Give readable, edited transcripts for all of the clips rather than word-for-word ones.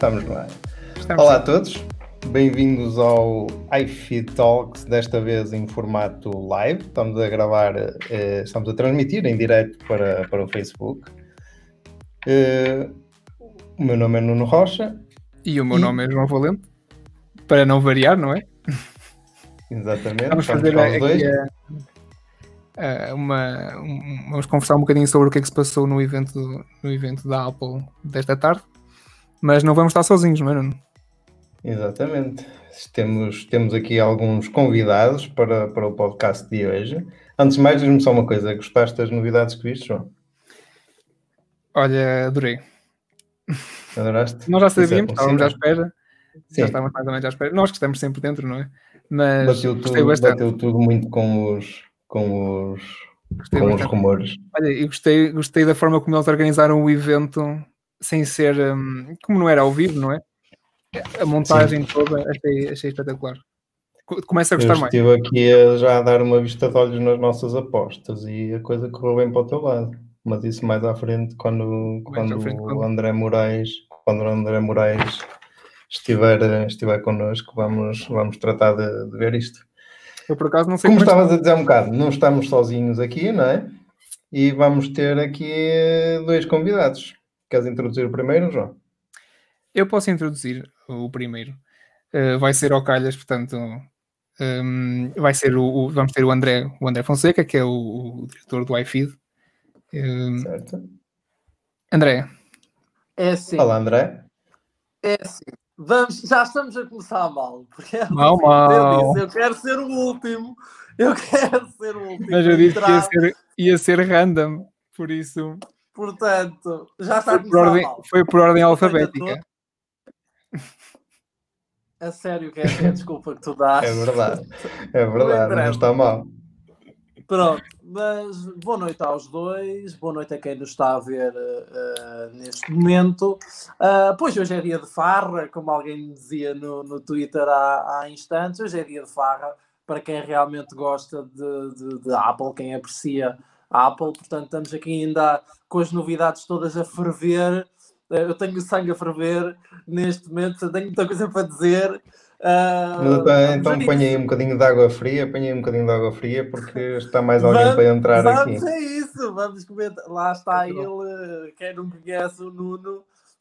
Estamos no ar. Olá a todos, bem-vindos ao iFeed Talks, desta vez em formato live. Estamos a gravar, estamos a transmitir em direto para o Facebook. O meu nome é Nuno Rocha. E o meu nome é João Valente, para não variar, não é? Exatamente. Vamos fazer aqui vamos conversar um bocadinho sobre o que é que se passou no evento da Apple desta tarde, mas não vamos estar sozinhos, não é, Nuno? Exatamente. Temos aqui alguns convidados para o podcast de hoje. Antes de mais, diz-me só uma coisa. Gostaste das novidades que viste, João? Olha, adorei. Adoraste? Nós já sabíamos, estávamos à espera. Sim. Já estávamos mais ou menos à espera. Nós que estamos sempre dentro, não é? Mas bateu tudo muito com os rumores. Olha, e gostei da forma como eles organizaram o evento sem ser, como não era ao vivo, não é? A montagem toda, achei espetacular. Começa a gostar mais. Eu estive aqui já a dar uma vista de olhos nas nossas apostas e a coisa correu bem para o teu lado. Mas isso mais à frente, quando o André Moraes estiver connosco, vamos tratar de ver isto. Eu, por acaso, não sei como estavas a dizer um bocado, não estamos sozinhos aqui, não é? E vamos ter aqui dois convidados. Queres introduzir o primeiro, João? Eu posso introduzir o primeiro. Vai ser ao calhas, portanto, vai ser vamos ter o André Fonseca, que é o diretor do iFeed. Certo. André. É assim. Olá, André. É assim. Já estamos a começar mal. Porque mal. Eu quero ser o último. Mas eu disse que ia ser random, por isso. Portanto, já está a começar mal. Foi por ordem alfabética. A sério, que é a desculpa que tu dás. É verdade, não está mal. Pronto, mas boa noite aos dois, boa noite a quem nos está a ver neste momento. Pois hoje é dia de farra, como alguém me dizia no Twitter há instantes, hoje é dia de farra para quem realmente gosta de Apple, quem aprecia a Apple. Portanto, estamos aqui ainda com as novidades todas a ferver. Eu tenho o sangue a ferver neste momento, tenho muita coisa para dizer. Então ponha aí um bocadinho de água fria, porque está mais alguém para entrar aqui. Vamos a isso, vamos comentar. Lá está ele, quem não conhece o Nuno,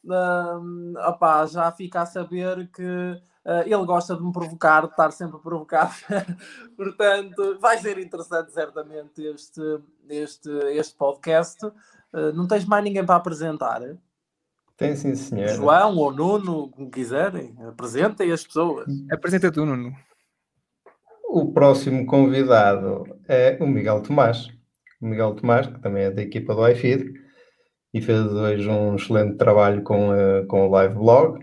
já fica a saber que ele gosta de me provocar, de estar sempre a provocar. Portanto, vai ser interessante certamente este podcast. Não tens mais ninguém para apresentar? Tem sim, senhor. João ou Nuno, como quiserem, apresentem as pessoas. Apresenta tu, Nuno. O próximo convidado é o Miguel Tomás. O Miguel Tomás, que também é da equipa do iFeed, e fez hoje um excelente trabalho com o live blog.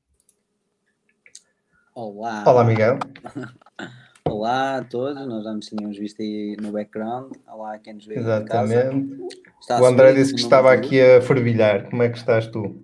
Olá, Miguel. Olá a todos, nós já nos tínhamos visto aí no background. Olá a quem nos vê. Exatamente. O André disse que estava aqui a fervilhar. Como é que estás tu?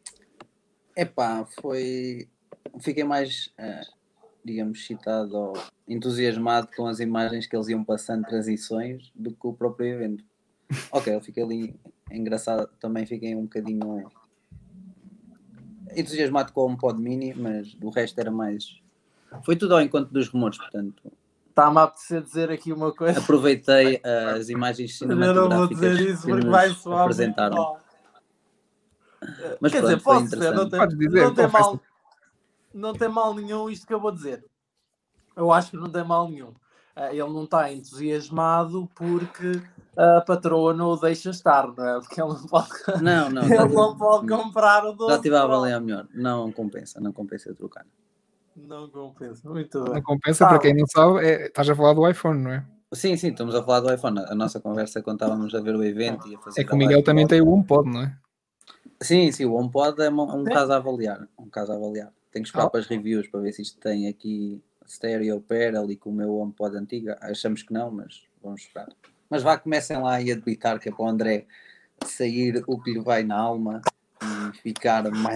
Fiquei mais, digamos, excitado ou entusiasmado com as imagens que eles iam passando, transições, do que o próprio evento. Ok, eu fiquei ali engraçado, também fiquei um bocadinho entusiasmado com o HomePod Mini, mas o resto era mais... Foi tudo ao encontro dos rumores, portanto... Está-me a apetecer dizer aqui uma coisa. Aproveitei as imagens cinematográficas eu não vou dizer isso porque vai soar apresentaram. Mas quer pronto, dizer, posso dizer, não tem mal nenhum isto que eu vou dizer. Eu acho que não tem mal nenhum. Ele não está entusiasmado porque a patroa não o deixa estar, não é? Porque ele não pode, não pode comprar o 12. Já estive a avaliar melhor. Não compensa trocar. Não compensa, muito bem. Não compensa, para quem não sabe, estás a falar do iPhone, não é? Sim, estamos a falar do iPhone. A nossa conversa quando estávamos a ver o evento e a fazer... É que o Miguel também tem o HomePod, não é? Sim, o HomePod é um caso a avaliar. Tenho que esperar para as reviews para ver se isto tem aqui stereo pair ali com o meu HomePod antigo. Achamos que não, mas vamos esperar. Mas comecem lá a debitar, que é para o André sair o que lhe vai na alma e ficar mais...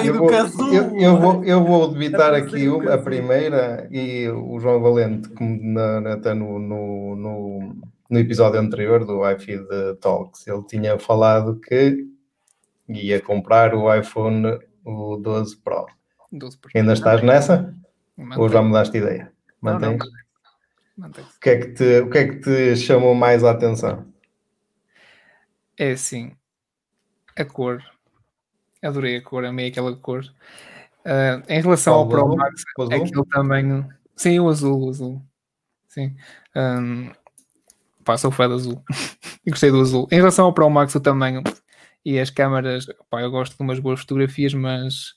Eu vou debitar aqui a primeira, e o João Valente, como até no episódio anterior do iFeed Talks, ele tinha falado que ia comprar o iPhone o 12 Pro. 12%. Ainda estás nessa? Ou já mudaste de ideia? Não, Mantém? mantém-se. O que é que te chamou mais a atenção? É assim, a cor. Adorei a cor, amei aquela cor. Em relação ao Pro Max, O azul? aquele tamanho... Sim, o azul. Sim. Sou fã do azul. E gostei do azul. Em relação ao Pro Max, o tamanho e as câmaras, eu gosto de umas boas fotografias, mas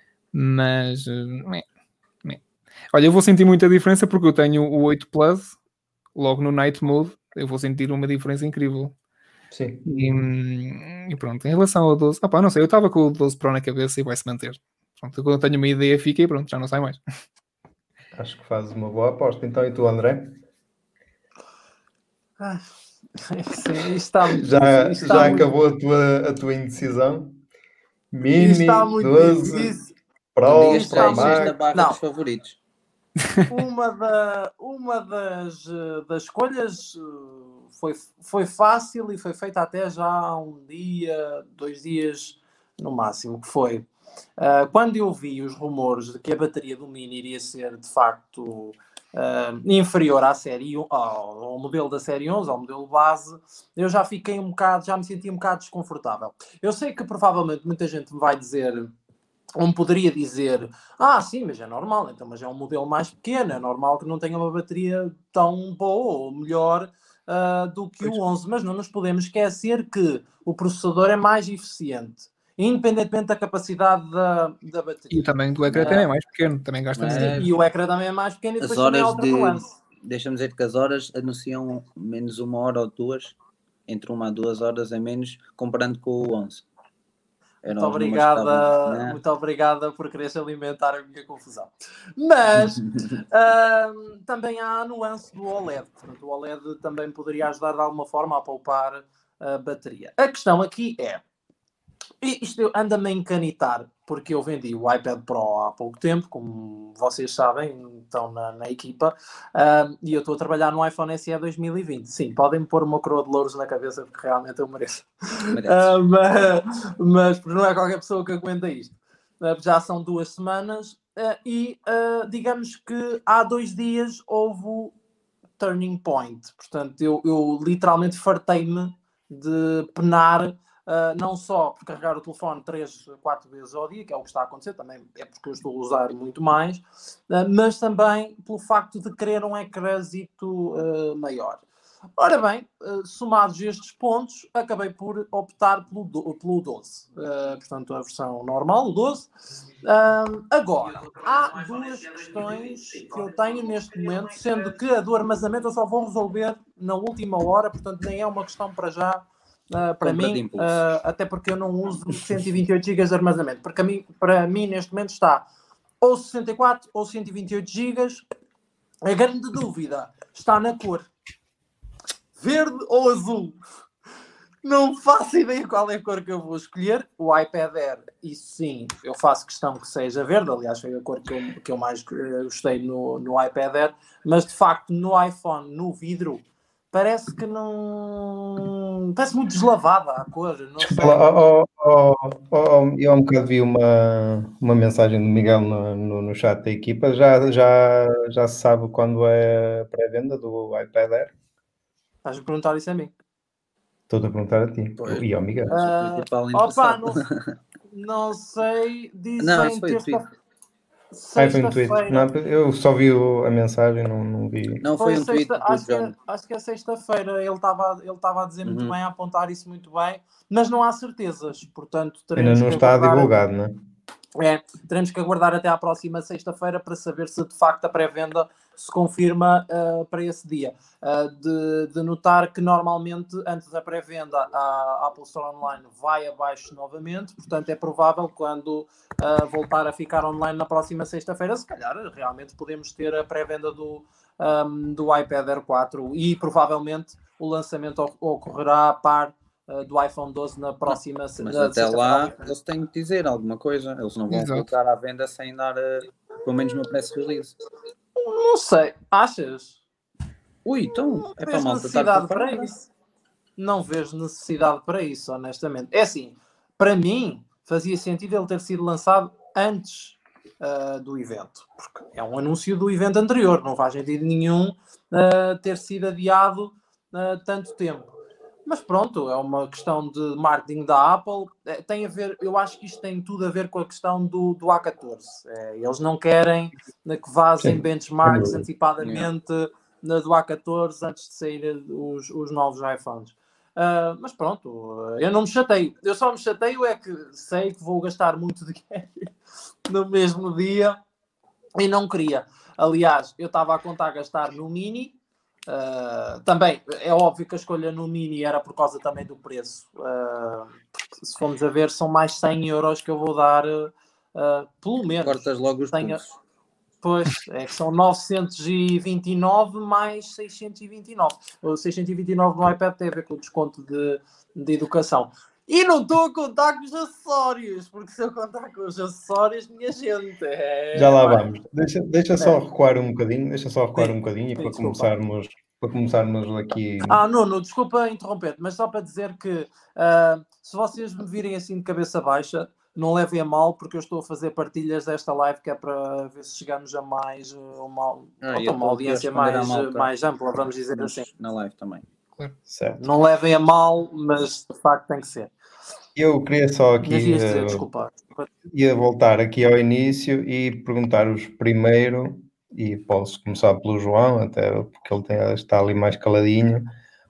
olha, eu vou sentir muita diferença porque eu tenho o 8 Plus, logo no Night Mode, eu vou sentir uma diferença incrível. Sim. E pronto, em relação ao 12, não sei, eu estava com o 12 Pro na cabeça e vai-se manter. Pronto, quando eu tenho uma ideia, fica e pronto, já não sai mais. Acho que fazes uma boa aposta. Então, e tu, André? Sim, está muito já difícil. Está muito... acabou a tua indecisão? Mini, está muito 12, difícil. Pro, Está Pro Max. Na barra dos favoritos. Uma das escolhas foi fácil e foi feita até já há um dia, 2 dias no máximo, que foi quando eu vi os rumores de que a bateria do Mini iria ser de facto inferior à série, ao modelo da série 11, ao modelo base, eu já me senti um bocado desconfortável. Eu sei que provavelmente muita gente me vai dizer, ou me poderia dizer, sim, mas é normal, então, mas é um modelo mais pequeno, é normal que não tenha uma bateria tão boa ou melhor do que o 11, mas não nos podemos esquecer que o processador é mais eficiente, independentemente da capacidade da bateria. E também do ecrã também é mais pequeno, também gasta menos. E o ecrã também é mais pequeno e depois também há outra nuance. Deixa-me dizer que as horas anunciam menos 1 hora ou 2, entre 1 a 2 horas a menos, comparando com o 11. Muito obrigada por quereres alimentar a minha confusão. Mas também há a nuance do OLED. Portanto, o OLED também poderia ajudar de alguma forma a poupar a bateria. A questão aqui é, isto anda-me a encanitar, porque eu vendi o iPad Pro há pouco tempo, como vocês sabem, estão na equipa, e eu estou a trabalhar no iPhone SE 2020. Sim, podem-me pôr uma coroa de louros na cabeça, porque realmente eu mereço. Mas não é qualquer pessoa que aguenta isto. Já são 2 semanas e digamos que há 2 dias houve o turning point. Portanto, eu literalmente fartei-me de penar, não só por carregar o telefone 3, 4 vezes ao dia, que é o que está a acontecer, também é porque eu estou a usar muito mais, mas também pelo facto de querer um ecrãzito maior. Ora bem, somados estes pontos, acabei por optar pelo 12. Portanto, a versão normal, o 12. Agora, há 2 questões que eu tenho neste momento, sendo que a do armazenamento eu só vou resolver na última hora, portanto, nem é uma questão para já. Para mim, até porque eu não uso 128 GB de armazenamento, porque para mim neste momento está ou 64 ou 128 GB. A grande dúvida está na cor, verde ou azul. Não faço ideia qual é a cor que eu vou escolher. O iPad Air, isso sim, eu faço questão que seja verde. Aliás, foi a cor que eu mais gostei no iPad Air. Mas de facto, no iPhone, no vidro, parece que não... Parece muito deslavada a cor, não sei. Eu há um bocado vi uma mensagem do Miguel no chat da equipa. Já se sabe quando é a pré-venda do iPad Air? Estás a perguntar isso a mim? Estou-te a perguntar a ti. E ao Miguel. Não sei. Dizem terça-feira. Foi um tweet. Não, eu só vi a mensagem, não vi. Não, foi um tweet. Acho que é sexta-feira. Ele estava a dizer muito bem, a apontar isso muito bem, mas não há certezas. Portanto, ainda não está divulgado, não é? Teremos que aguardar até à próxima sexta-feira para saber se de facto a pré-venda se confirma para esse dia. De notar que normalmente antes da pré-venda a Apple Store Online vai abaixo novamente, portanto é provável quando voltar a ficar online na próxima sexta-feira, se calhar realmente podemos ter a pré-venda do iPad Air 4 e provavelmente o lançamento ocorrerá a par do iPhone 12 na próxima semana. Mas até lá eles têm que dizer alguma coisa, eles não vão colocar à venda sem dar pelo menos uma press release. Não sei, achas? Então é para necessidade para isso. Não vejo necessidade para isso, honestamente. É assim, para mim, fazia sentido ele ter sido lançado antes do evento, porque é um anúncio do evento anterior, não faz sentido nenhum ter sido adiado tanto tempo. Mas pronto, é uma questão de marketing da Apple. Tem a ver, eu acho que isto tem tudo a ver com a questão do A14. Eles não querem que vazem benchmarks antecipadamente do A14 antes de sair os novos iPhones. Mas pronto, eu não me chateio. Eu só me chateio é que sei que vou gastar muito dinheiro no mesmo dia e não queria. Aliás, eu estava a contar gastar no Mini. Também é óbvio que a escolha no Mini era por causa também do preço. Se formos a ver, são mais 100 euros que eu vou dar, pelo menos. Cortas logo os pulsos. Pois, é que são 929 mais 629. O 629 no iPad tem a ver com o desconto de educação. E não estou a contar com os acessórios, porque se eu contar com os acessórios, minha gente... Já lá vamos. Deixa só recuar um bocadinho, e para começarmos aqui... Nuno, desculpa interromper, mas só para dizer que se vocês me virem assim de cabeça baixa, não levem a mal, porque eu estou a fazer partilhas desta live que é para ver se chegamos a mais uma audiência mais ampla, vamos dizer assim. Na live também. Certo. Não levem a mal, mas de facto tem que ser. Eu queria só aqui desculpa. Ia voltar aqui ao início e perguntar-vos primeiro, e posso começar pelo João, até porque ele está ali mais caladinho.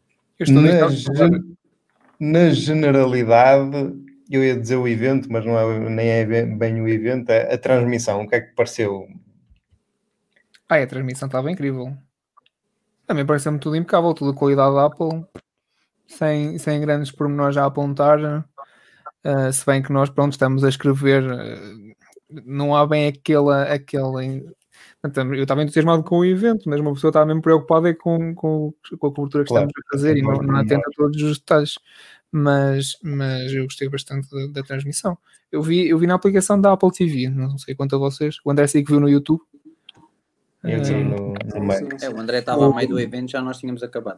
Na generalidade, eu ia dizer o evento, mas nem é bem o evento, é a transmissão. O que é que pareceu? A transmissão estava incrível. Também pareceu-me tudo impecável, tudo a qualidade da Apple, sem grandes pormenores a apontar. Se bem que nós, pronto, estamos a escrever, não há bem aquela... Eu estava entusiasmado com o evento, mas uma pessoa está mesmo preocupada com a cobertura que estamos a fazer e não atenta a todos os detalhes. Mas eu gostei bastante da transmissão. Eu vi na aplicação da Apple TV, não sei quanto a vocês. O André sei que viu no YouTube. Eu vi no Mac. O André estava a meio do evento, já nós tínhamos acabado.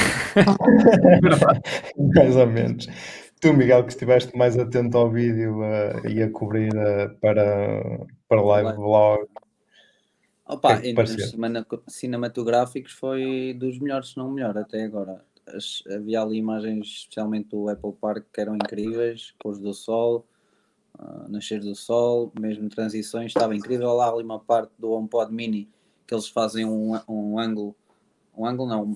Mais ou menos. Tu, Miguel, que estiveste mais atento ao vídeo e a cobrir para o live vlog. Opa, em termos cinematográficos foi dos melhores, se não o melhor até agora. Havia ali imagens, especialmente do Apple Park, que eram incríveis, cores do sol, nascer do sol, mesmo transições, estava incrível. Lá ali uma parte do HomePod Mini, que eles fazem um ângulo não,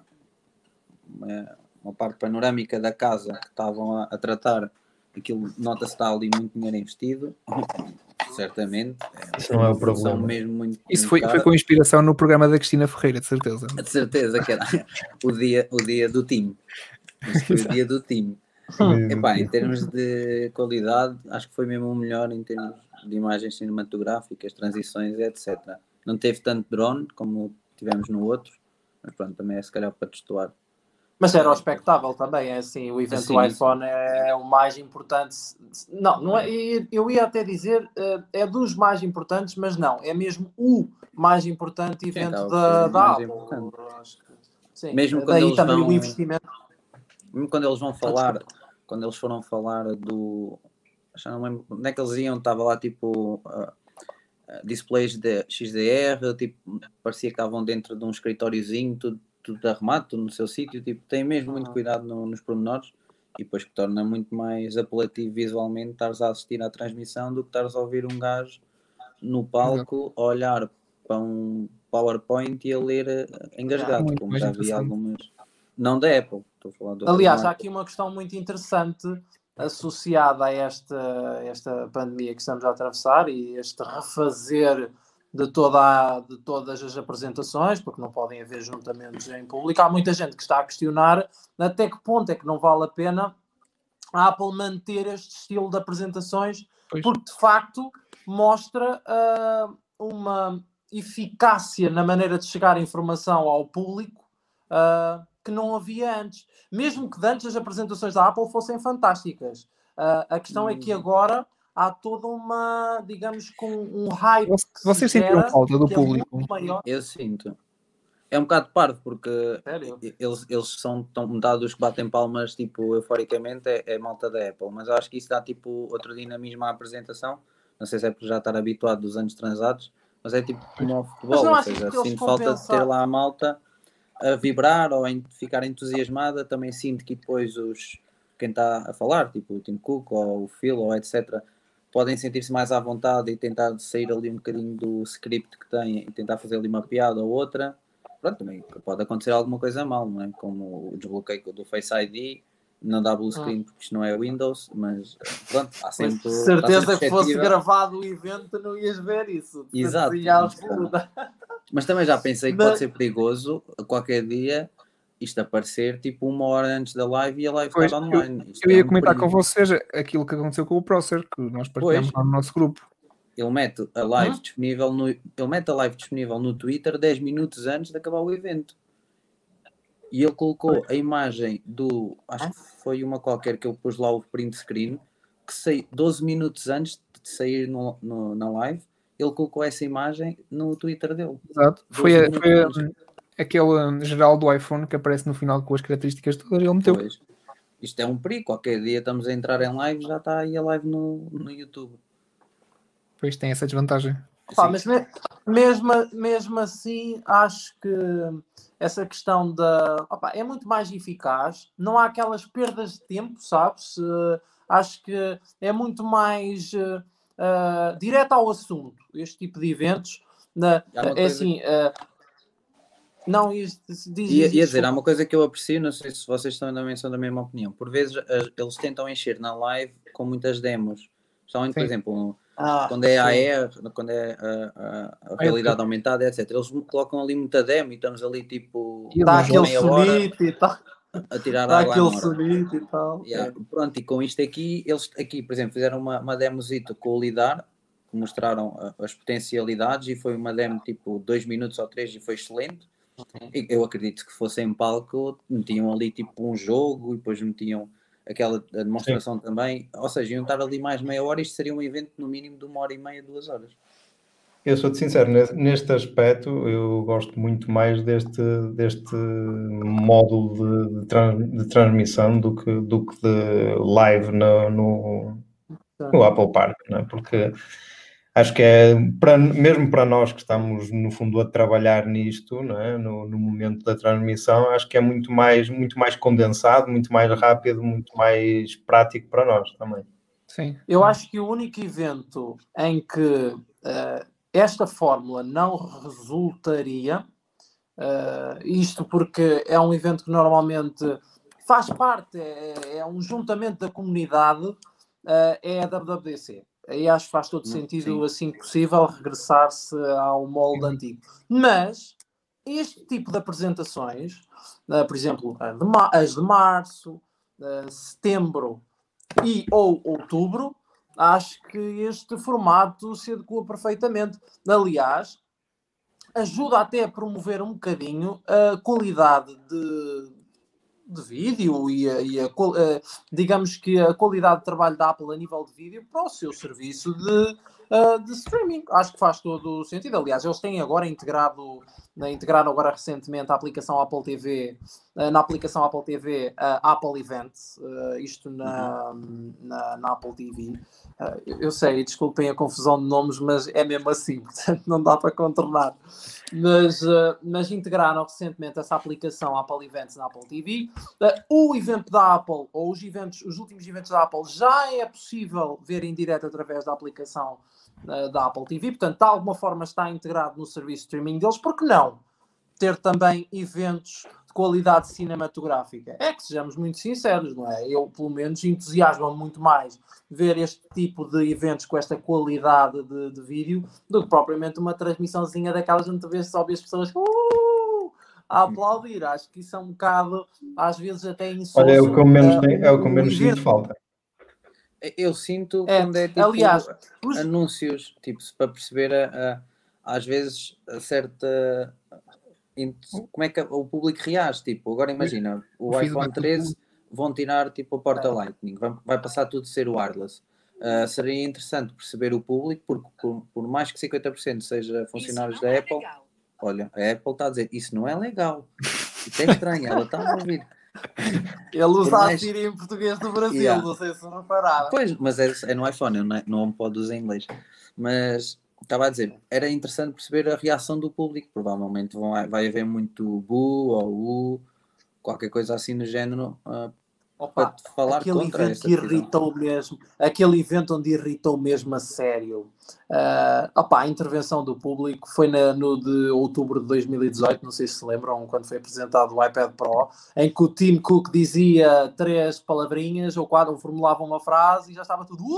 uma parte panorâmica da casa que estavam a tratar. Aquilo, nota-se que está ali muito dinheiro investido, certamente. Isso não é o problema. Mesmo muito, isso foi com inspiração no programa da Cristina Ferreira, de certeza. De certeza que era o dia do time. Isso foi o dia do time. Em termos de qualidade, acho que foi mesmo o melhor em termos de imagens cinematográficas, transições, etc. Não teve tanto drone como tivemos no outro, mas pronto, também é se calhar para destoar. Mas era o espectável também, é assim, o evento do iPhone é o mais importante. Não é, eu ia até dizer, é dos mais importantes, mas não, é mesmo o mais importante evento da Apple. Sim, mesmo quando eles também o investimento. Mesmo quando eles vão falar, quando eles foram falar do... Já não lembro onde é que eles iam, estava lá tipo... displays de XDR, tipo, parecia que estavam dentro de um escritóriozinho, tudo arrumado, tudo no seu sítio, tipo, tem mesmo muito cuidado nos pormenores e depois que torna muito mais apelativo visualmente estares a assistir à transmissão do que estares a ouvir um gajo no palco a olhar para um PowerPoint e a ler engasgado, como já vi algumas, não da Apple, estou a falar de... Aliás, há aqui uma questão muito interessante associada a esta pandemia que estamos a atravessar e este refazer de todas as apresentações, porque não podem haver juntamentos em público. Há muita gente que está a questionar até que ponto é que não vale a pena a Apple manter este estilo de apresentações, porque de facto mostra uma eficácia na maneira de chegar a informação ao público que não havia antes. Mesmo que antes as apresentações da Apple fossem fantásticas. A questão é que agora há toda uma, digamos, com um hype. Vocês sentiram falta do público? Eu sinto. É um bocado parvo, porque Sério? eles são metade dos que batem palmas, tipo, euforicamente, é malta da Apple. Mas eu acho que isso dá, tipo, outro dinamismo à apresentação. Não sei se é por já estar habituado dos anos transados, mas é tipo como ao Mas futebol, não ou achas seja, que eles sinto falta de ter compensaram? lá a malta a vibrar ou ficar entusiasmada. Também sinto que depois quem está a falar, tipo o Tim Cook ou o Phil ou etc., podem sentir-se mais à vontade e tentar sair ali um bocadinho do script que têm e tentar fazer ali uma piada ou outra. Pronto, também pode acontecer alguma coisa mal, não é? Como o desbloqueio do Face ID, não dá blue screen porque isto não é Windows, mas pronto, há Mas sempre, de está sempre certeza que fosse suscetível. gravado o evento, não ias ver isso. De Exato, certeza absoluta. mas também já pensei que Mas- pode ser perigoso a qualquer dia isto aparecer tipo 1 hora antes da live e a live Pois, estar online. Isto eu é ia um comentar com perigo. vocês aquilo que aconteceu com o Procer, que nós partilhamos Pois, lá no nosso grupo. ele mete a live disponível no Twitter 10 minutos antes de acabar o evento. E ele colocou a imagem acho que foi uma qualquer que eu pus lá o print screen, que 12 minutos antes de sair na live, ele colocou essa imagem no Twitter dele. Exato. 12 minutos antes. Aquele geral do iPhone que aparece no final com as características todas, ele meteu. Pois. Isto é um perigo. Qualquer dia estamos a entrar em live, já está aí a live no YouTube. Pois tem essa desvantagem. Pá, mas mesmo assim, acho que essa questão é muito mais eficaz. Não há aquelas perdas de tempo, sabes? Acho que é muito mais direto ao assunto. Este tipo de eventos. Não, ia dizer, há uma coisa que eu aprecio, não sei se vocês também são da mesma opinião. Por vezes eles tentam encher na live com muitas demos. Somente, por exemplo, quando é AR, quando é a realidade aumentada, etc. Eles colocam ali muita demo e estamos ali tipo dá aquele meia hora sonito e tal. a tirar Dá água à aquele nora. sonito e tal. Pronto, e com isto aqui, eles aqui, por exemplo, fizeram uma demozito com o LiDAR, que mostraram as potencialidades e foi uma demo tipo 2 minutos ou 3 e foi excelente. Eu acredito que fosse em palco, metiam ali tipo um jogo e depois metiam aquela demonstração também. Ou seja, iam estar ali mais meia hora. Isto seria um evento no mínimo de 1 hora e meia, 2 horas. Eu sou-te sincero, neste aspecto eu gosto muito mais deste módulo de transmissão do que de live no Apple Park, não é? Porque acho que mesmo para nós que estamos no fundo a trabalhar nisto, não é? No momento da transmissão, acho que é muito mais condensado, muito mais rápido, muito mais prático para nós também. Sim. Eu acho que o único evento em que esta fórmula não resultaria, isto porque é um evento que normalmente faz parte, é um juntamento da comunidade, é a WWDC. Aí acho que faz todo sentido, assim que possível, regressar-se ao molde antigo. Mas este tipo de apresentações, por exemplo, as de março, setembro ou outubro, acho que este formato se adequa perfeitamente. Aliás, ajuda até a promover um bocadinho a qualidade de vídeo digamos que a qualidade de trabalho da Apple a nível de vídeo para o seu serviço de streaming. Acho que faz todo o sentido. Aliás, eles têm agora integrado agora recentemente a aplicação Apple TV, na aplicação Apple TV, Apple Events, isto na Apple TV. Eu sei, desculpem a confusão de nomes, mas é mesmo assim, portanto não dá para contornar. Mas integraram recentemente essa aplicação Apple Events na Apple TV. O evento da Apple, ou os últimos eventos da Apple, já é possível ver em direto através da aplicação da Apple TV. Portanto, de alguma forma está integrado no serviço de streaming deles. Por que não ter também eventos de qualidade cinematográfica? É que sejamos muito sinceros, não é? Eu, pelo menos, entusiasmo muito mais ver este tipo de eventos com esta qualidade de vídeo do que propriamente uma transmissãozinha daquelas onde tu só vês pessoas a aplaudir. Acho que isso é um bocado, às vezes, até insosso. Olha, é o que eu menos sinto falta. Eu sinto quando é tipo anúncios, tipo, para perceber às vezes a certa como é que o público reage. Tipo, agora imagina, o iPhone 13 vão tirar tipo a porta Lightning, vai passar tudo a ser wireless. Seria interessante perceber o público, porque por mais que 50% seja funcionários da Apple, olha, a Apple está a dizer, isso não é legal. Isso é estranho, ela está a ouvir. Ele usa mais- a Siri em português do Brasil, Yeah. não sei se repararam. Pois, mas é no iPhone, não me pode usar em inglês. Mas estava a dizer, era interessante perceber a reação do público. Provavelmente vai haver muito bu ou u, qualquer coisa assim no género, Opa, para falar aquele contra evento essa que decisão. irritou mesmo, aquele evento onde irritou mesmo a sério. A intervenção do público foi no de outubro de 2018, não sei se lembram, quando foi apresentado o iPad Pro, em que o Tim Cook dizia 3 palavrinhas ou 4, ou formulava uma frase e já estava tudo...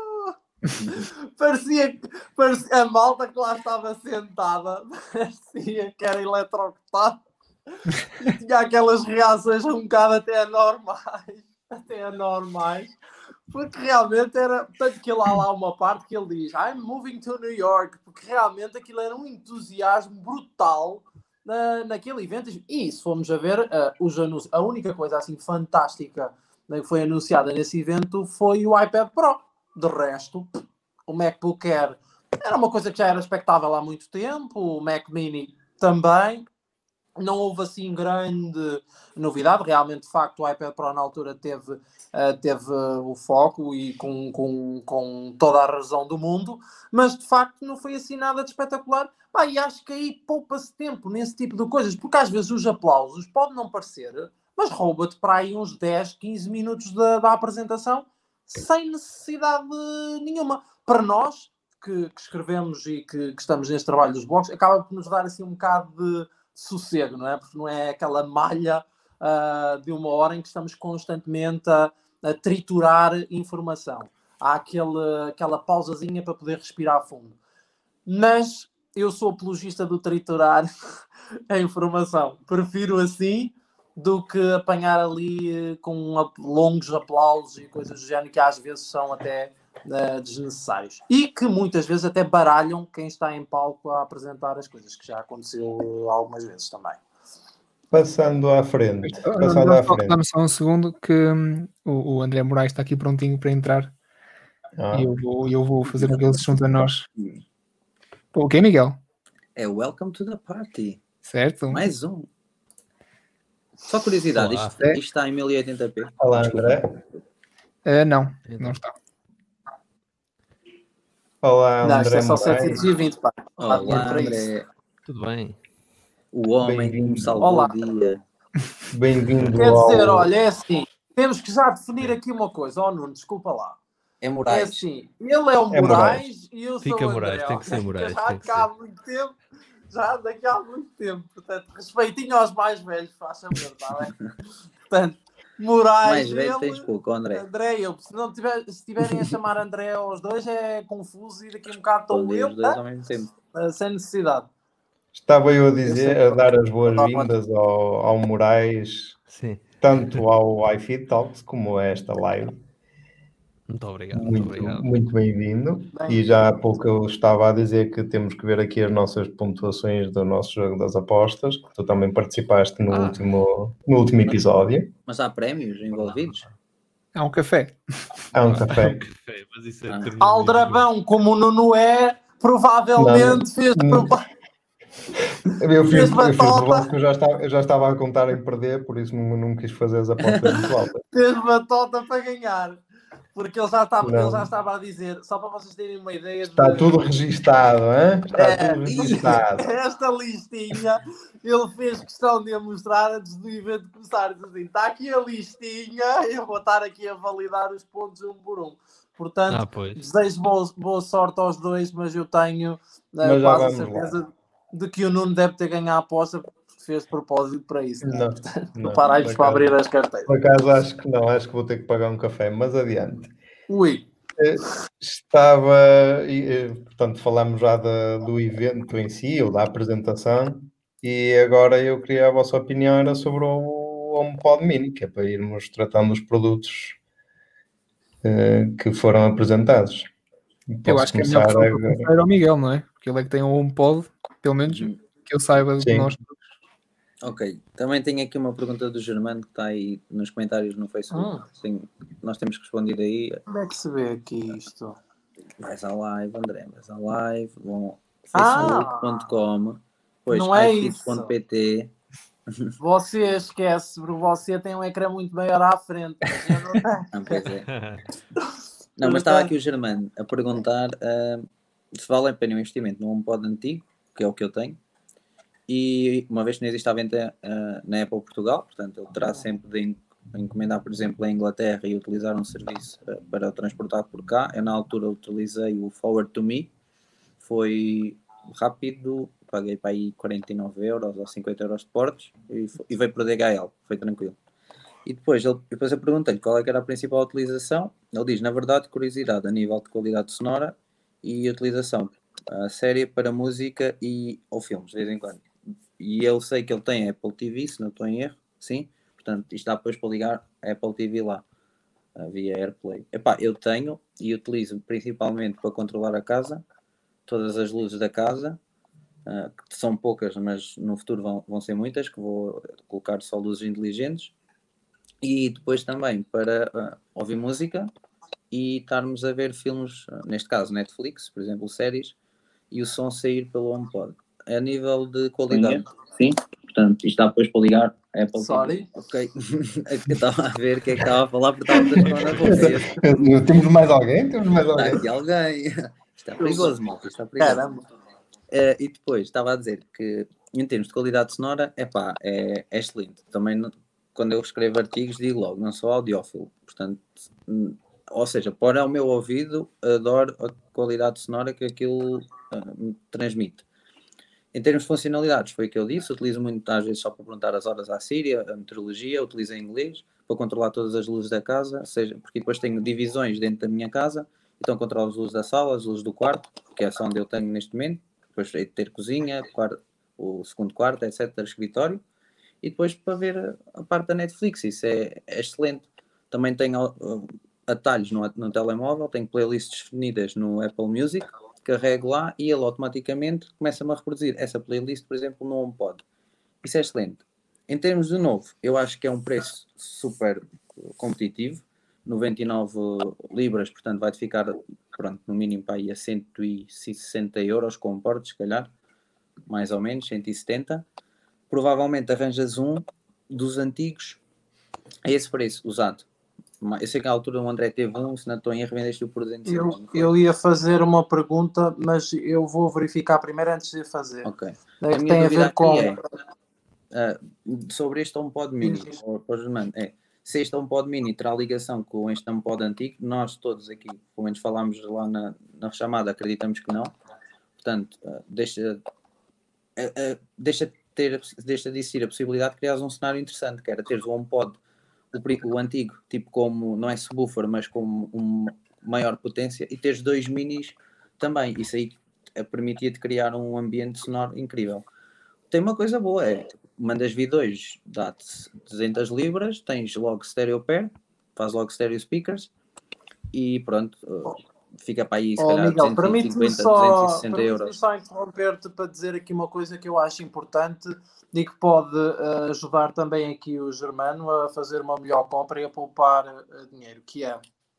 parecia a malta que lá estava sentada, parecia que era eletrocutado. E tinha aquelas reações um bocado até anormais, porque realmente era, tanto que há lá uma parte que ele diz I'm moving to New York, porque realmente aquilo era um entusiasmo brutal naquele evento. E se formos a ver os anúncios, a única coisa assim fantástica que foi anunciada nesse evento foi o iPad Pro. De resto, o MacBook Air era uma coisa que já era expectável há muito tempo, o Mac Mini também. Não houve assim grande novidade, realmente de facto o iPad Pro na altura teve o foco e com toda a razão do mundo, mas de facto não foi assim nada de espetacular. E acho que aí poupa-se tempo nesse tipo de coisas, porque às vezes os aplausos podem não parecer, mas rouba-te para aí uns 10, 15 minutos da apresentação sem necessidade nenhuma. Para nós que escrevemos e que estamos neste trabalho dos blogs, acaba por nos dar assim um bocado de sossego, não é? Porque não é aquela malha de 1 hora em que estamos constantemente a triturar informação. Há aquela pausazinha para poder respirar fundo. Mas eu sou apologista do triturar a informação. Prefiro assim do que apanhar ali com longos aplausos e coisas do género que às vezes são até desnecessários. E que muitas vezes até baralham quem está em palco a apresentar as coisas, que já aconteceu algumas vezes também. Passando à frente. Dá-me só um segundo que o André Moraes está aqui prontinho para entrar. E eu vou fazer com que ele se junte a nós. O quê, Miguel? É Welcome to the Party. Certo. Mais um. Só curiosidade, isto está em 1080p. Olá, André. Não está. Olá, André. Não, André isto é só Moraes. 720, pá. Olá, André. Tudo bem? O homem que me salvou o dia. Bem-vindo Quer dizer, olha, é assim, temos que já definir aqui uma coisa. Nuno, desculpa lá. É Moraes. É assim, ele é o Moraes e eu sou o André. Moraes, tem que ser Moraes. Já daqui há muito tempo. Portanto, respeitinho aos mais velhos, faz favor, está bem? Portanto, Moraes, mais velho tens pouco, André. André, se estiverem a chamar André aos dois é confuso e daqui a um bocado estou eu. Os dois ao mesmo tempo. Sem necessidade. Estava eu a dar as boas-vindas ao Moraes, sim, tanto ao iFeed Talks como a esta live. Muito obrigado. Muito bem-vindo. E já há pouco eu estava a dizer que temos que ver aqui as nossas pontuações do nosso jogo das apostas, que tu também participaste no último episódio. Mas há prémios envolvidos? Há um café. Há um café. Mas isso Aldrabão, como o Nuno é, provavelmente fez eu fiz o bloco que eu já estava a contar em perder, por isso não quis fazer as apostas muito altas. Fez batota para ganhar. Porque ele já estava a dizer, só para vocês terem uma ideia... Está tudo registado, hein? Está tudo registado. Esta listinha, ele fez questão de a mostrar antes do evento começar. Assim, está aqui a listinha, eu vou estar aqui a validar os pontos um por um. Portanto, desejo boa sorte aos dois, mas eu tenho quase a certeza de que o Nuno deve ter ganho a aposta, porque fez de propósito para isso. Não parai-vos para abrir as carteiras. Por acaso acho que não, acho que vou ter que pagar um café, mas adiante. Ui. Portanto, falamos já do evento em si, ou da apresentação, e agora eu queria a vossa opinião sobre o HomePod Mini, que é para irmos tratando os produtos que foram apresentados. Eu acho que é melhor que ao Miguel, não é? Porque ele é que tem um HomePod, pelo menos que eu saiba de nós. Ok, também tenho aqui uma pergunta do Germano que está aí nos comentários no Facebook. Nós temos respondido aí. Como é que se vê aqui isto? Vais à live, André, vais à live. Facebook.com Pois, Não é iFit.pt. Você esquece, porque você tem um ecrã muito maior à frente, mas eu não tenho. Não, pois é. Não, mas estava aqui o Germano a perguntar se vale a pena o investimento num HomePod antigo, que é o que eu tenho, e uma vez que não existe à venda na Apple Portugal, portanto ele terá sempre de encomendar, por exemplo, a Inglaterra e utilizar um serviço para o transportar por cá. Eu na altura utilizei o Forward to Me, foi rápido, paguei para aí 49€ ou 50€ de portos e veio por DHL, foi tranquilo. E depois eu perguntei-lhe qual é que era a principal utilização. Ele diz, na verdade, curiosidade a nível de qualidade sonora e utilização séria para música ou filmes, de vez em quando. E eu sei que ele tem Apple TV, se não estou em erro, sim. Portanto, isto dá depois para ligar a Apple TV lá, via AirPlay. Epá, eu tenho e utilizo principalmente para controlar a casa, todas as luzes da casa, que são poucas, mas no futuro vão ser muitas, que vou colocar só luzes inteligentes. E depois também para ouvir música e estarmos a ver filmes, neste caso Netflix, por exemplo, séries, e o som sair pelo HomePod. A nível de qualidade, sim. Portanto, isto dá depois para ligar a Apple Sorry. TV. Ok. Eu estava a ver o que é que estava a falar porque estava a fazer na boca. Temos mais alguém? Temos mais Está alguém? aqui alguém. Isto está perigoso, malta. Isto está perigoso. Caramba. E depois estava a dizer que em termos de qualidade sonora, é excelente. Também quando eu escrevo artigos digo logo, não sou audiófilo, portanto, ou seja, para o meu ouvido adoro a qualidade sonora que aquilo me transmite. Em termos de funcionalidades, foi o que eu disse, utilizo muito às vezes só para perguntar as horas à Síria, a meteorologia, utilizo em inglês para controlar todas as luzes da casa, seja, porque depois tenho divisões dentro da minha casa, então controlo as luzes da sala, as luzes do quarto, que é só onde eu tenho neste momento, depois hei de ter cozinha, o segundo quarto, etc., escritório, e depois para ver a parte da Netflix, isso é excelente. Também tenho atalhos no telemóvel, tenho playlists definidas no Apple Music, carrego lá e ele automaticamente começa-me a reproduzir essa playlist, por exemplo, no HomePod. Isso é excelente. Em termos de novo, eu acho que é um preço super competitivo, 99 libras, portanto vai-te ficar, pronto, no mínimo para aí a 160€ com portos, se calhar, mais ou menos, 170. Provavelmente arranjas um dos antigos a esse preço, usado. Eu sei que à altura o André teve um, se não estou em erro, vendeste-o por 200€. Eu ia fazer uma pergunta, mas eu vou verificar primeiro antes de fazer. Ok. É A que minha tem a dúvida ver com... sobre este HomePod Mini, se este HomePod Mini terá ligação com este HomePod antigo, nós todos aqui, pelo menos falámos lá na chamada, acreditamos que não. Portanto, deixa de existir a possibilidade de criar um cenário interessante, que era teres o HomePod, o antigo, tipo como, não é subwoofer, mas com uma maior potência, e teres dois minis também. Isso aí permitia-te criar um ambiente sonoro incrível. Tem uma coisa boa, mandas V2, dá-te 200 libras, tens logo stereo pair, faz logo stereo speakers, e pronto, fica para aí se calhar Miguel, 250, 260€. só interromper-te para dizer aqui uma coisa que eu acho importante e que pode ajudar também aqui o Germano a fazer uma melhor compra e a poupar dinheiro, que é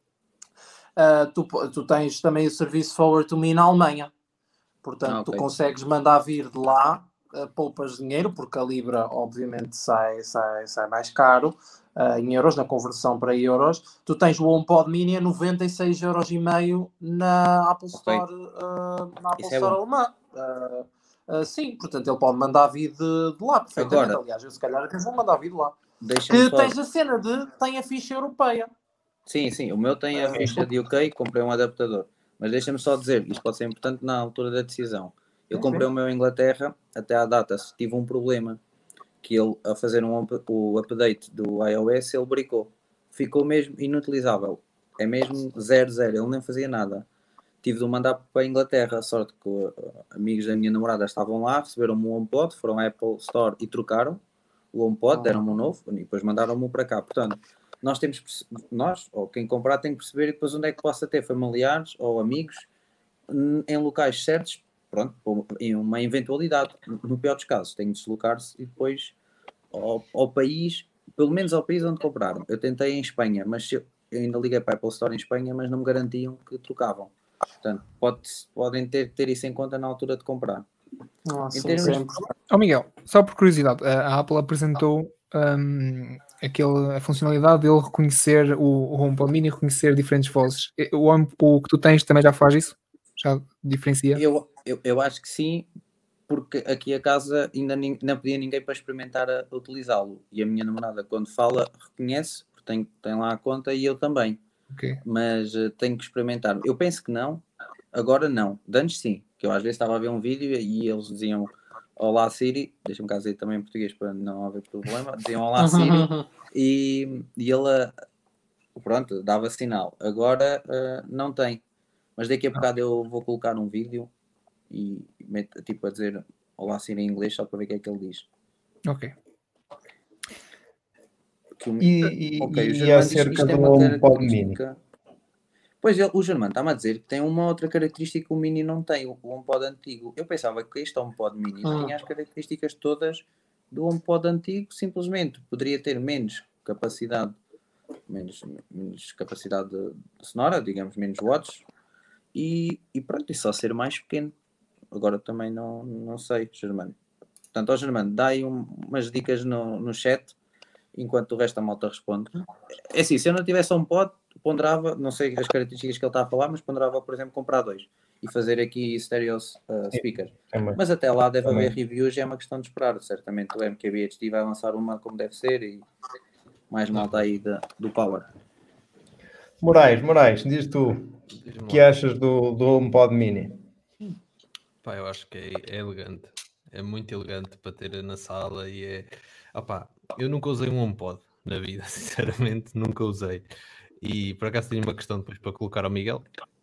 tu tens também o serviço Forward to Me na Alemanha, portanto tu consegues mandar vir de lá, poupas dinheiro, porque a Libra obviamente sai mais caro em euros, na conversão para euros. Tu tens o HomePod Mini a 96,5€ na Apple Store, alemã. Sim, portanto ele pode mandar vir de lá perfeitamente. Agora, aliás, eu se calhar até vou mandar vir de lá. Que tens a cena tem a ficha europeia. Sim, o meu tem a ficha de UK, comprei um adaptador. Mas deixa-me só dizer, isto pode ser importante na altura da decisão. Eu comprei o meu em Inglaterra, até à data, se tive um problema, que ele, a fazer o update do iOS, ele bricou. Ficou mesmo inutilizável. É mesmo 0, ele nem fazia nada. Tive de o mandar para a Inglaterra, a sorte que amigos da minha namorada estavam lá, receberam-me um HomePod, foram à Apple Store e trocaram o HomePod, deram-me um novo, e depois mandaram-me para cá. Portanto, nós, ou quem comprar, tem que perceber depois onde é que possa ter familiares ou amigos em locais certos, pronto, em uma eventualidade. No pior dos casos, tem de deslocar-se e depois ao país, pelo menos ao país onde compraram. Eu tentei em Espanha, mas eu ainda liguei para a Apple Store em Espanha, mas não me garantiam que trocavam. Portanto, podem ter isso em conta na altura de comprar. Sim, termos- isso é importante. Miguel, só por curiosidade, a Apple apresentou a funcionalidade dele reconhecer o HomePod Mini, reconhecer diferentes vozes. O que tu tens também já faz isso? Já diferencia? Eu acho que sim, porque aqui a casa ainda não podia ninguém para experimentar a utilizá-lo. E a minha namorada, quando fala, reconhece, porque tem lá a conta e eu também. Ok. Mas tenho que experimentar. Eu penso que não, agora não. De antes sim, que eu às vezes estava a ver um vídeo e eles diziam Olá Siri, deixa-me cá dizer também em português para não haver problema, diziam Olá Siri e ele, pronto, dava sinal. Agora não tem. Mas daqui a bocado eu vou colocar um vídeo e meto, tipo a dizer Olá Siri em inglês só para ver o que é que ele diz. Ok. Ok, o E Germano diz que acerca isto é do uma HomePod Mini? característica. Pois o Germano está-me a dizer que tem uma outra característica que o Mini não tem, o HomePod antigo. Eu pensava que este HomePod Mini tinha as características todas do HomePod antigo, simplesmente poderia ter menos capacidade sonora, digamos, menos watts, e pronto, e só ser mais pequeno. Agora também não sei, Germano. Portanto, Germano, dá aí umas dicas no chat, enquanto o resto da malta responde. É assim, se eu não tivesse HomePod, ponderava, não sei as características que ele está a falar, mas ponderava, por exemplo, comprar 2 e fazer aqui stereo speakers. Mas até lá deve haver reviews e é uma questão de esperar. Certamente o MKBHD vai lançar uma como deve ser e mais malta aí do Power. Moraes, diz tu, Diz-me o que lá. achas do HomePod Mini? Pá, eu acho que é elegante. É muito elegante para ter na sala e é... Opá, eu nunca usei um HomePod na vida, sinceramente, nunca usei. E por acaso tenho uma questão depois para colocar ao Miguel.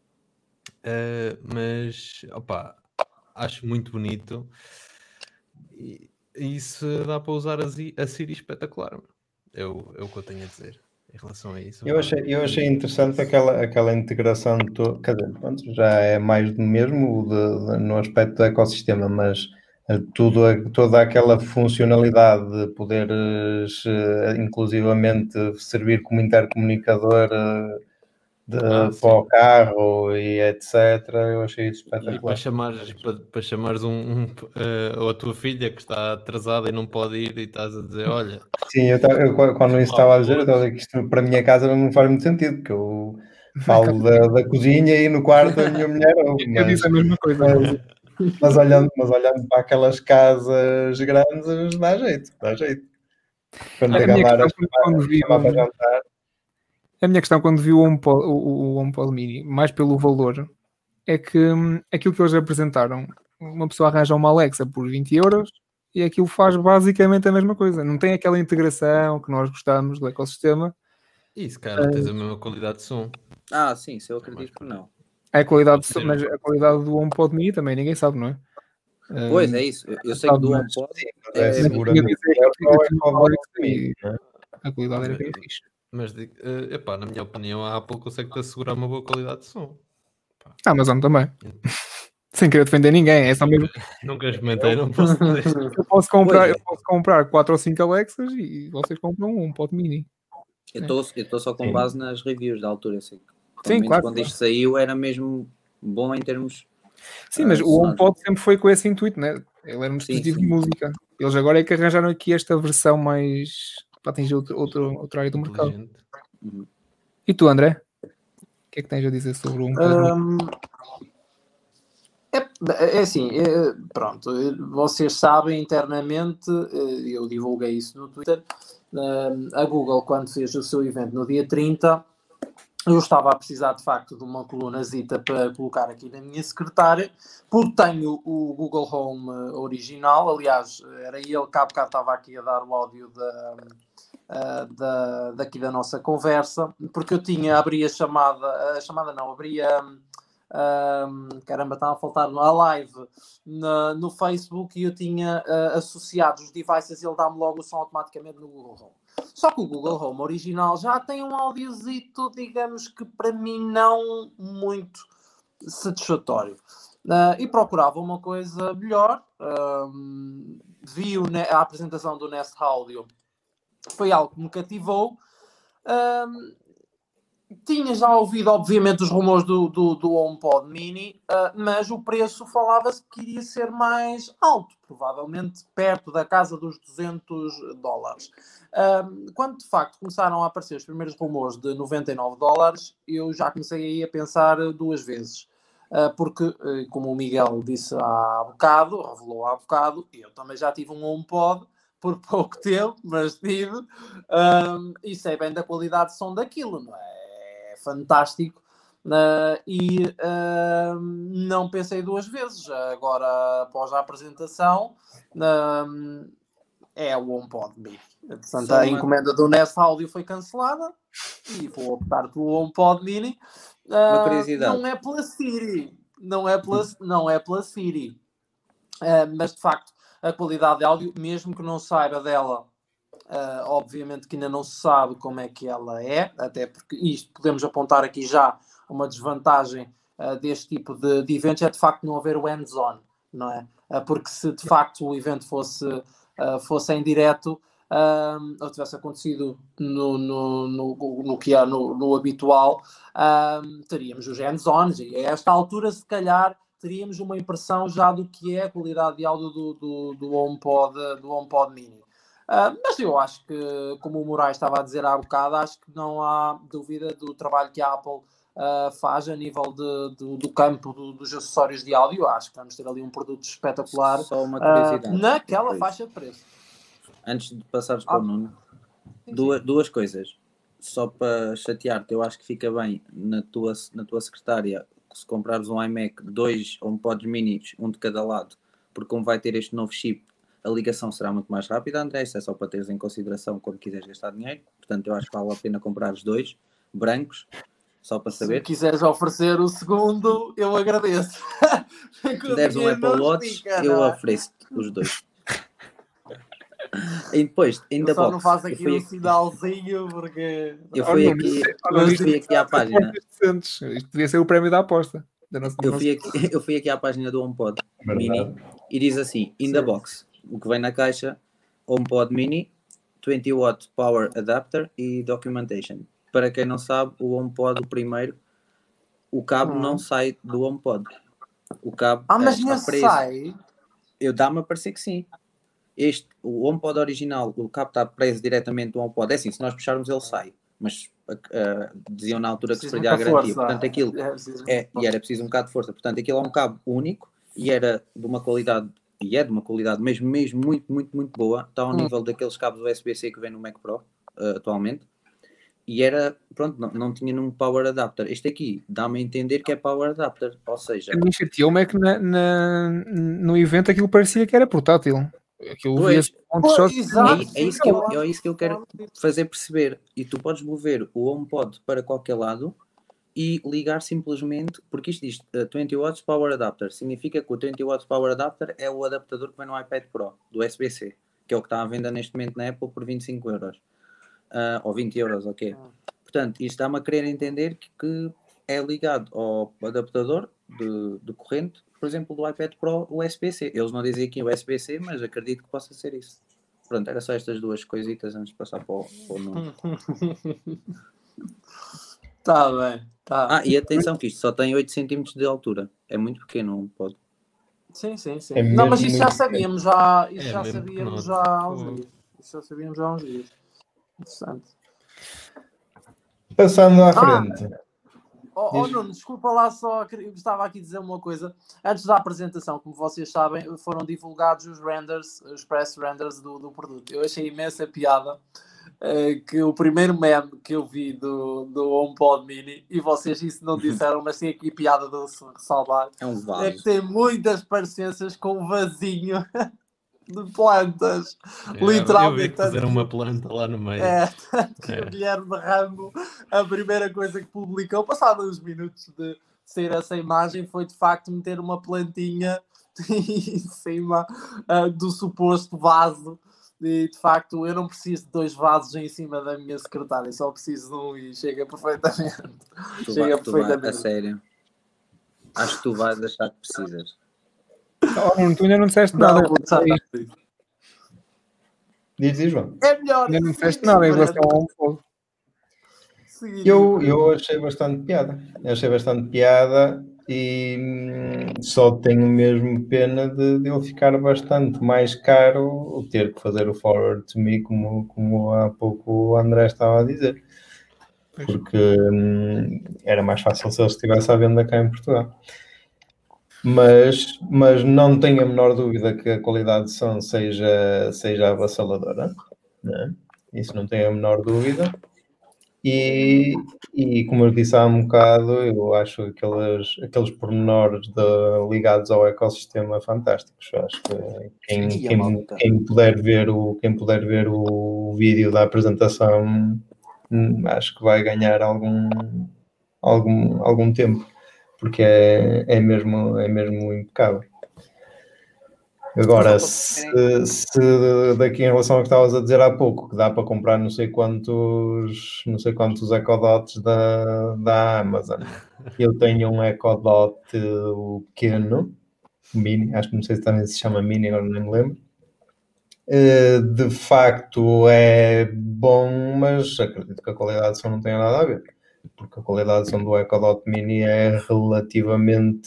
Mas, opá, acho muito bonito. E isso dá para usar a Siri espetacular. É o que eu tenho a dizer em relação a isso. Eu achei interessante aquela integração, quer dizer, pronto, já é mais do mesmo no aspecto do ecossistema, mas toda aquela funcionalidade de poderes inclusivamente servir como intercomunicador para o carro e etc. Eu achei isso E para espetacular. chamares ou a tua filha que está atrasada e não pode ir e estás a dizer, olha... Sim, quando isso estava a dizer, eu estava a dizer que isto para a minha casa não faz muito sentido, porque eu falo da cozinha e no quarto a minha mulher ouve, Eu disse a mesma coisa. mas olhando para aquelas casas grandes, dá jeito. Quando tem que andar a chamar para jantar. A minha questão quando vi o HomePod Mini, mais pelo valor, é que aquilo que eles apresentaram, uma pessoa arranja uma Alexa por 20 euros e aquilo faz basicamente a mesma coisa. Não tem aquela integração que nós gostamos do ecossistema. E se calhar não tens a mesma qualidade de som. Sim, se eu acredito que não. A qualidade mas a qualidade do HomePod Mini também ninguém sabe, não é? Pois é isso, eu sei que do HomePod É seguramente a qualidade era bem fixe. Mas, epá, na minha opinião, a Apple consegue-te assegurar uma boa qualidade de som. A Amazon também. Sem querer defender ninguém, é só mesmo. Nunca experimentei, não posso dizer. Eu posso comprar 4 ou 5 Alexas e vocês compram um HomePod Mini. Eu estou só com base nas reviews da altura. Assim, sim, claro. Quando isto saiu era mesmo bom em termos... Sim, mas o HomePod sempre foi com esse intuito, né? Ele era um dispositivo de música. Eles agora é que arranjaram aqui esta versão mais para atingir outra área do mercado. E tu, André? O que é que tens a dizer sobre o HomePod? É assim, pronto, vocês sabem internamente, eu divulguei isso no Twitter, a Google quando fez o seu evento no dia 30, eu estava a precisar de facto de uma colunazita para colocar aqui na minha secretária, porque tenho o Google Home original, aliás, era ele que há bocado estava aqui a dar o áudio daqui da nossa conversa, porque eu abri a chamada não, abria... caramba, estava a faltar a live no Facebook e eu tinha associado os devices e ele dá-me logo o som automaticamente no Google Home. Só que o Google Home original já tem um audiozito, digamos que para mim não muito satisfatório. E procurava uma coisa melhor. Vi a apresentação do Nest Audio, foi algo que me cativou. tinha já ouvido, obviamente, os rumores do HomePod Mini, mas o preço falava-se que iria ser mais alto, provavelmente perto da casa dos $200. Quando de facto começaram a aparecer os primeiros rumores de $99, eu já comecei aí a pensar duas vezes. Porque, como o Miguel disse há bocado, revelou há bocado, eu também já tive um HomePod por pouco tempo, mas tive, e sei bem da qualidade de som daquilo, não é? É fantástico, e não pensei duas vezes. Agora, após a apresentação, é o HomePod Mini. Portanto, a encomenda do Nest Audio foi cancelada e vou optar pelo HomePod Mini. Uma curiosidade. Não é pela Siri, não é pela Siri, mas de facto a qualidade de áudio, mesmo que não saiba dela, obviamente que ainda não se sabe como é que ela é, até porque isto podemos apontar aqui já uma desvantagem deste tipo de eventos, é de facto não haver o hands-on, não é? Porque se de facto o evento fosse em direto, ou tivesse acontecido no que é no habitual, teríamos os hands-ons e a esta altura se calhar teríamos uma impressão já do que é a qualidade de áudio do HomePod Mini. Mas eu acho que, como o Moraes estava a dizer há bocado, acho que não há dúvida do trabalho que a Apple faz a nível do campo dos acessórios de áudio. Acho que vamos ter ali um produto espetacular. Só uma curiosidade. Naquela faixa de preço. Antes de passares para o Nuno, duas coisas. Só para chatear-te, eu acho que fica bem na tua secretária se comprares um iMac, 2 HomePods minis, um de cada lado, porque como vai ter este novo chip, a ligação será muito mais rápida, André. Isso é só para teres em consideração quando quiseres gastar dinheiro. Portanto, eu acho que vale a pena comprar os 2 brancos, só para saber. Se quiseres oferecer o segundo, eu agradeço. Se deres um Apple Watch, eu ofereço-te os 2. E depois, ainda só não faço aqui um sinalzinho porque... Eu fui aqui à página. Isto devia ser o prémio da aposta. Eu fui aqui à página do HomePod Mini e diz assim, in the box, o que vem na caixa, HomePod Mini, 20W Power Adapter e Documentation. Para quem não sabe, o HomePod, o primeiro, o cabo não sai do HomePod. O cabo mas está não preso. sai? Dá-me a parecer que sim. O HomePod original, o cabo está preso diretamente do HomePod. É assim, se nós puxarmos ele sai. Mas diziam na altura que se perdia a garantia. Portanto, aquilo e era preciso um bocado de força. Portanto, aquilo é um cabo único e era de uma qualidade, e é de uma qualidade mesmo muito, muito, muito boa. Está ao nível daqueles cabos USB-C que vem no Mac Pro atualmente. E era, pronto, não tinha nenhum Power Adapter. Este aqui dá-me a entender que é Power Adapter. Ou seja... A mim chateou-me é que no evento aquilo parecia que era portátil. É isso que eu quero fazer perceber. E tu podes mover o HomePod para qualquer lado e ligar simplesmente, porque isto diz 20 watts Power Adapter, significa que o 20 watts Power Adapter é o adaptador que vem no iPad Pro, do USB-C, que é o que está à venda neste momento na Apple por 25 euros. Ou 20 euros, ok. Portanto, isto dá-me a querer entender que é ligado ao adaptador de corrente, por exemplo, do iPad Pro USB-C. Eles não dizem aqui USB-C, mas acredito que possa ser isso. Pronto, era só estas duas coisitas antes de passar para o nome. Está bem. Tá. E atenção que isto só tem 8 cm de altura. É muito pequeno, não pode. Sim. Não, mas isso já sabíamos já. Isso já sabíamos já há uns dias. Isso já sabíamos há uns dias. Interessante. Passando à frente. Nuno, desculpa lá só, estava aqui a dizer uma coisa. Antes da apresentação, como vocês sabem, foram divulgados os renders, os press renders do produto. Eu achei imensa piada que o primeiro meme que eu vi do HomePod Mini, e vocês isso não disseram, mas tem aqui piada de ressalvar, é um vaso. É que tem muitas parecenças com um vasinho de plantas, literalmente. Eu vi que uma planta lá no meio. O Guilherme Rambo, a primeira coisa que publicou, passados uns minutos de sair essa imagem, foi de facto meter uma plantinha em cima do suposto vaso. E de facto eu não preciso de 2 vasos em cima da minha secretária, só preciso de um e chega perfeitamente. A sério. Acho que tu vais achar que precisas. Tu ainda não disseste nada. Diz, João. É melhor. Ainda não disseste nada em relação ao HomePod. seguir. Eu achei bastante piada. E só tenho mesmo pena de ele ficar bastante mais caro o ter que fazer o forward to me, como há pouco o André estava a dizer. Porque era mais fácil se ele estivesse à venda cá em Portugal. Mas não tenho a menor dúvida que a qualidade de som seja avassaladora, né? Isso não tenho a menor dúvida. E como eu disse há um bocado, eu acho aqueles pormenores ligados ao ecossistema fantásticos. Eu acho que quem puder ver o vídeo da apresentação, acho que vai ganhar algum tempo, porque é mesmo impecável. Agora, se daqui em relação ao que estavas a dizer há pouco, que dá para comprar não sei quantos Echo Dots da Amazon. Eu tenho um Echo Dot pequeno, mini, acho que não sei se também se chama mini, agora não me lembro. De facto é bom, mas acredito que a qualidade de som não tenha nada a ver, porque a qualidade de som do Echo Dot mini é relativamente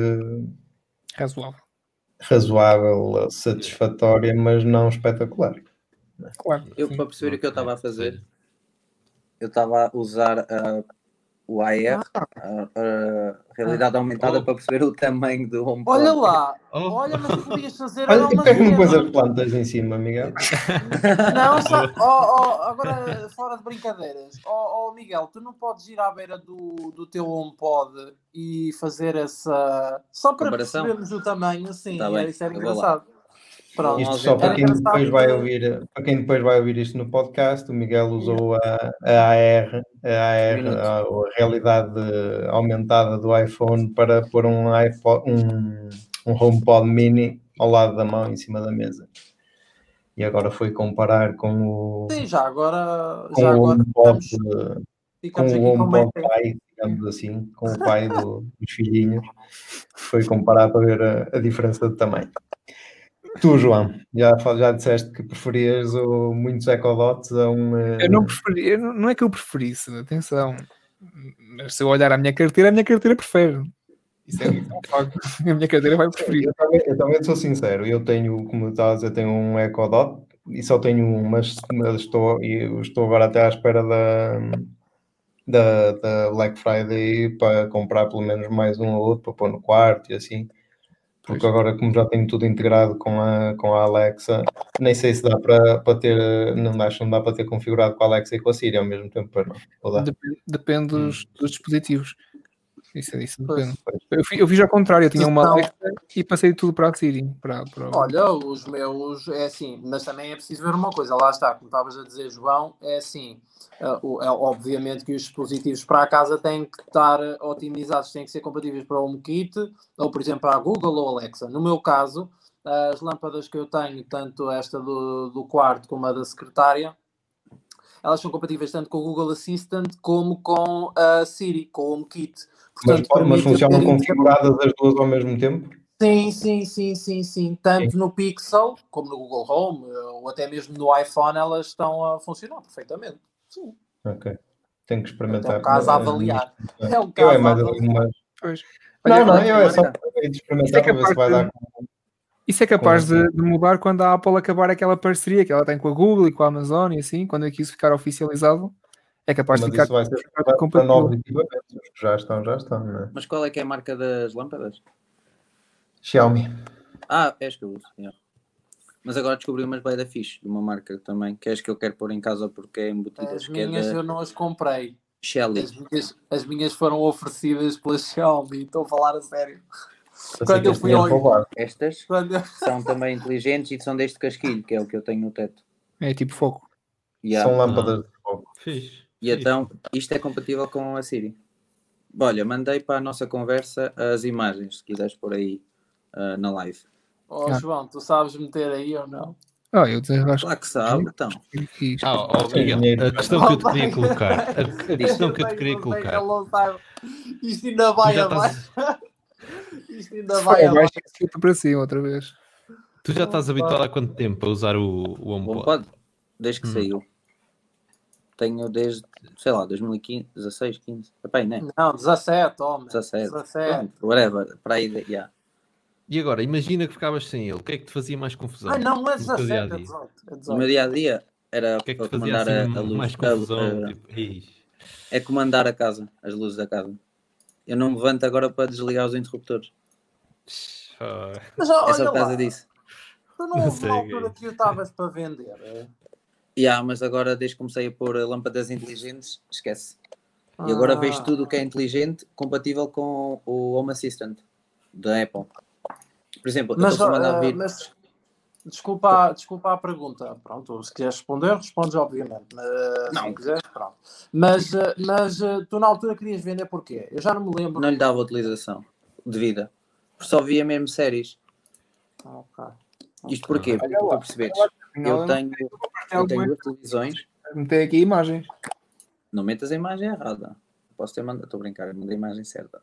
razoável, satisfatória, mas não espetacular. Claro. Eu, para perceber o que eu estava a fazer, eu estava a usar o AR, a realidade aumentada, para perceber o tamanho do HomePod. Olha lá, olha, mas podias fazer Olha, uma porque é que não pôs cena. as plantas em cima, Miguel? Não, agora fora de brincadeiras. Miguel, tu não podes ir à beira do teu HomePod e fazer essa... Só para comparação? percebermos o tamanho, sim, Tá bem, isso era eu vou lá. engraçado. Pronto. Isto só para Era quem depois engraçado vai que- ouvir, para quem depois vai ouvir isto no podcast, o Miguel usou a AR, a realidade aumentada do iPhone para pôr um HomePod mini ao lado da mão em cima da mesa. E agora foi comparar com o Sim, já agora HomePod, ficamos com o aqui com uma HomePod pai, digamos assim, com o pai dos filhinhos. Foi comparar para ver a diferença de tamanho. Tu, João, já disseste que preferias muitos Echo Dots a um... Eu não preferi, não é que eu preferisse, atenção, mas se eu olhar a minha carteira prefere. Isso é um facto. A minha carteira vai preferir. Eu também sou sincero, eu tenho, como eu estava a dizer, tenho um Echo Dot e só tenho um, mas estou agora até à espera da Black Friday para comprar pelo menos mais um ou outro para pôr no quarto e assim. Porque agora, como já tenho tudo integrado com a Alexa, nem sei se dá para ter, não dá para ter configurado com a Alexa e com a Siri ao mesmo tempo, para não. Depende dos dispositivos. Isso depende. Eu fiz ao contrário, eu tinha uma Alexa e passei tudo para a Siri. Olha, os meus é assim, mas também é preciso ver uma coisa, lá está, como estavas a dizer, João, é assim, obviamente que os dispositivos para a casa têm que estar otimizados, têm que ser compatíveis para o HomeKit, ou por exemplo para a Google ou Alexa. No meu caso, as lâmpadas que eu tenho, tanto esta do quarto como a da secretária, elas são compatíveis tanto com o Google Assistant como com a Siri, com o HomeKit. Portanto, mas funcionam configuradas as duas ao mesmo tempo? Sim. Tanto no Pixel, como no Google Home, ou até mesmo no iPhone, elas estão a funcionar perfeitamente. Sim. Ok. Tenho que experimentar. É um caso a avaliar. É um caso a avaliar. Eu é só para experimentar para ver se vai dar. Isso é capaz de mudar quando a Apple acabar aquela parceria que ela tem com a Google e com a Amazon e assim, quando aquilo ficar oficializado, é capaz de ficar isso vai ser para novos equipamentos. Já estão, não é? Mas qual é que é a marca das lâmpadas? Xiaomi. É as que eu uso. Yeah. Mas agora descobri umas bem da fixe, de uma marca também, que é as que eu quero pôr em casa porque é embutidas. As minhas eu não as comprei. Shelly. As minhas foram oferecidas pela Xiaomi, estou a falar a sério. Quando eu fui ao... Estas são também inteligentes e são deste casquilho, que é o que eu tenho no teto. É tipo fogo. São lâmpadas de fogo. Fixe. E então, isto é compatível com a Siri. Olha, mandei para a nossa conversa as imagens, se quiseres pôr aí na live. João, tu sabes meter aí ou não? Eu acho claro que sabe, então. Miguel, a questão que eu te queria colocar. A questão que eu te queria colocar. Isto ainda vai abaixo. Isto ainda vai abaixo. Para cima outra vez. Tu já estás habituado há quanto tempo a usar o HomePod? Desde que saiu. tenho desde, sei lá, 2015, 16, 15. Epá, né? Não, 17, homem. 17. 17. Pronto, whatever. Para aí, yeah. E agora, imagina que ficavas sem ele. O que é que te fazia mais confusão? Ai, não é no teu 17, é dia-a-dia? 18. É No 18. meu dia-a-dia era O que é que te para fazia comandar assim a luz. mais confusão? Tipo, "Ixi." É comandar a casa, as luzes da casa. Eu não me levanto agora para desligar os interruptores. Mas É só olha por causa lá, disso. tu não Não houve sei, uma altura cara. que o estavas para vender. Mas agora, desde que comecei a pôr lâmpadas inteligentes, esquece. E agora vejo tudo o que é inteligente compatível com o Home Assistant da Apple. Por exemplo, eu Mas, estou a mandar vir. mas desculpa a pergunta. Pronto, se quiseres responder, respondes obviamente. Se não quiseres, pronto. Mas tu na altura querias vender porquê? Eu já não me lembro. Não lhe dava utilização de vida. Só via mesmo séries. Ok. Isto porquê? Porque para perceberes, eu tenho duas televisões. Meter aqui imagens. Não metas a imagem errada. Posso ter mandado. Estou a brincar, mandei a imagem certa.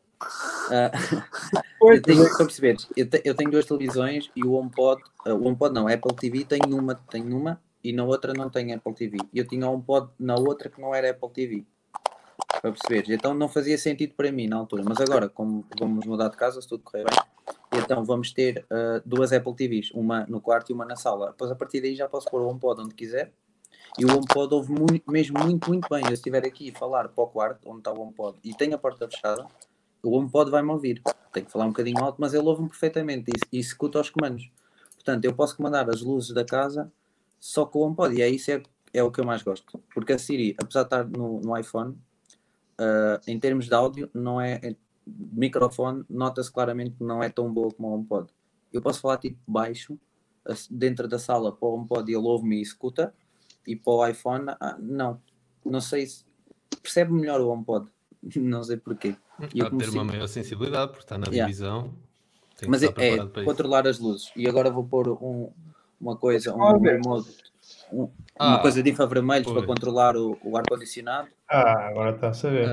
Para perceberes, eu tenho duas televisões e o HomePod não, Apple TV tem numa e na outra não tem Apple TV. E eu tinha o HomePod na outra que não era Apple TV. Para perceberes. Então não fazia sentido para mim na altura. Mas agora, como vamos mudar de casa, se tudo correr bem, então vamos ter duas Apple TVs, uma no quarto e uma na sala. Depois a partir daí já posso pôr o HomePod onde quiser. E o HomePod ouve mesmo muito bem. Eu se estiver aqui a falar para o quarto, onde está o HomePod, e tenho a porta fechada, o HomePod vai-me ouvir. Tenho que falar um bocadinho alto, mas ele ouve-me perfeitamente e executa os comandos. Portanto, eu posso comandar as luzes da casa só com o HomePod. E é isso é o que eu mais gosto. Porque a Siri, apesar de estar no iPhone, em termos de áudio, não é microfone, nota-se claramente que não é tão boa como o HomePod. Eu posso falar tipo baixo, dentro da sala para o HomePod e ele ouve-me e escuta. E para o iPhone, não sei se percebe melhor o HomePod, não sei porquê. Há de ter uma maior sensibilidade, porque está na divisão. Tem mas que estar preparado para controlar as luzes. E agora vou pôr uma coisa, um remote, uma coisa de infravermelhos para controlar o ar-condicionado. Agora está a saber.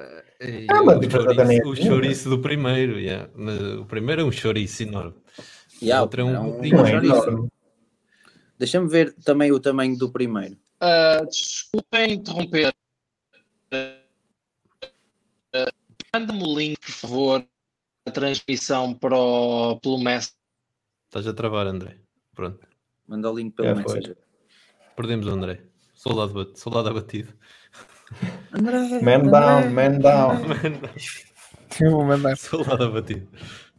O chouriço do primeiro, o primeiro é um chouriço enorme. O outro é um enorme. Deixa-me ver também o tamanho do primeiro. Desculpem interromper. Manda-me o link, por favor, a transmissão pelo Messenger. Estás a travar, André. Pronto. Manda o link pelo Messenger. Perdemos o André. Soldado abatido. André, Man down. Eu vou mandar. Soldado abatido.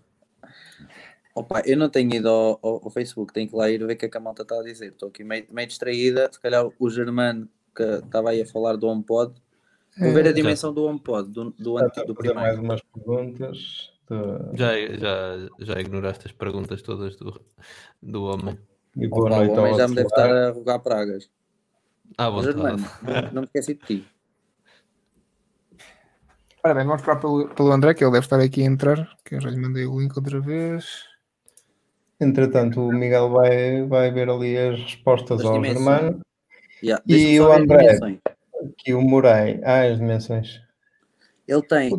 Opa, eu não tenho ido ao Facebook, tenho que lá ir ver o que é que a malta está a dizer. Estou aqui meio distraída. Se calhar o Germano que estava aí a falar do HomePod. Vou ver a dimensão do HomePod, do antigo, do primeiro. Mais umas perguntas. Já ignoraste as perguntas todas do homem. E boa noite o homem já me deve estar a rogar pragas. Germano, não me esqueci de ti. Ora bem, vamos esperar pelo André, que ele deve estar aqui a entrar, que eu já lhe mandei o link outra vez. Entretanto, o Miguel vai ver ali as respostas ao Germano. E o André, que o Moray, as dimensões. Ele tem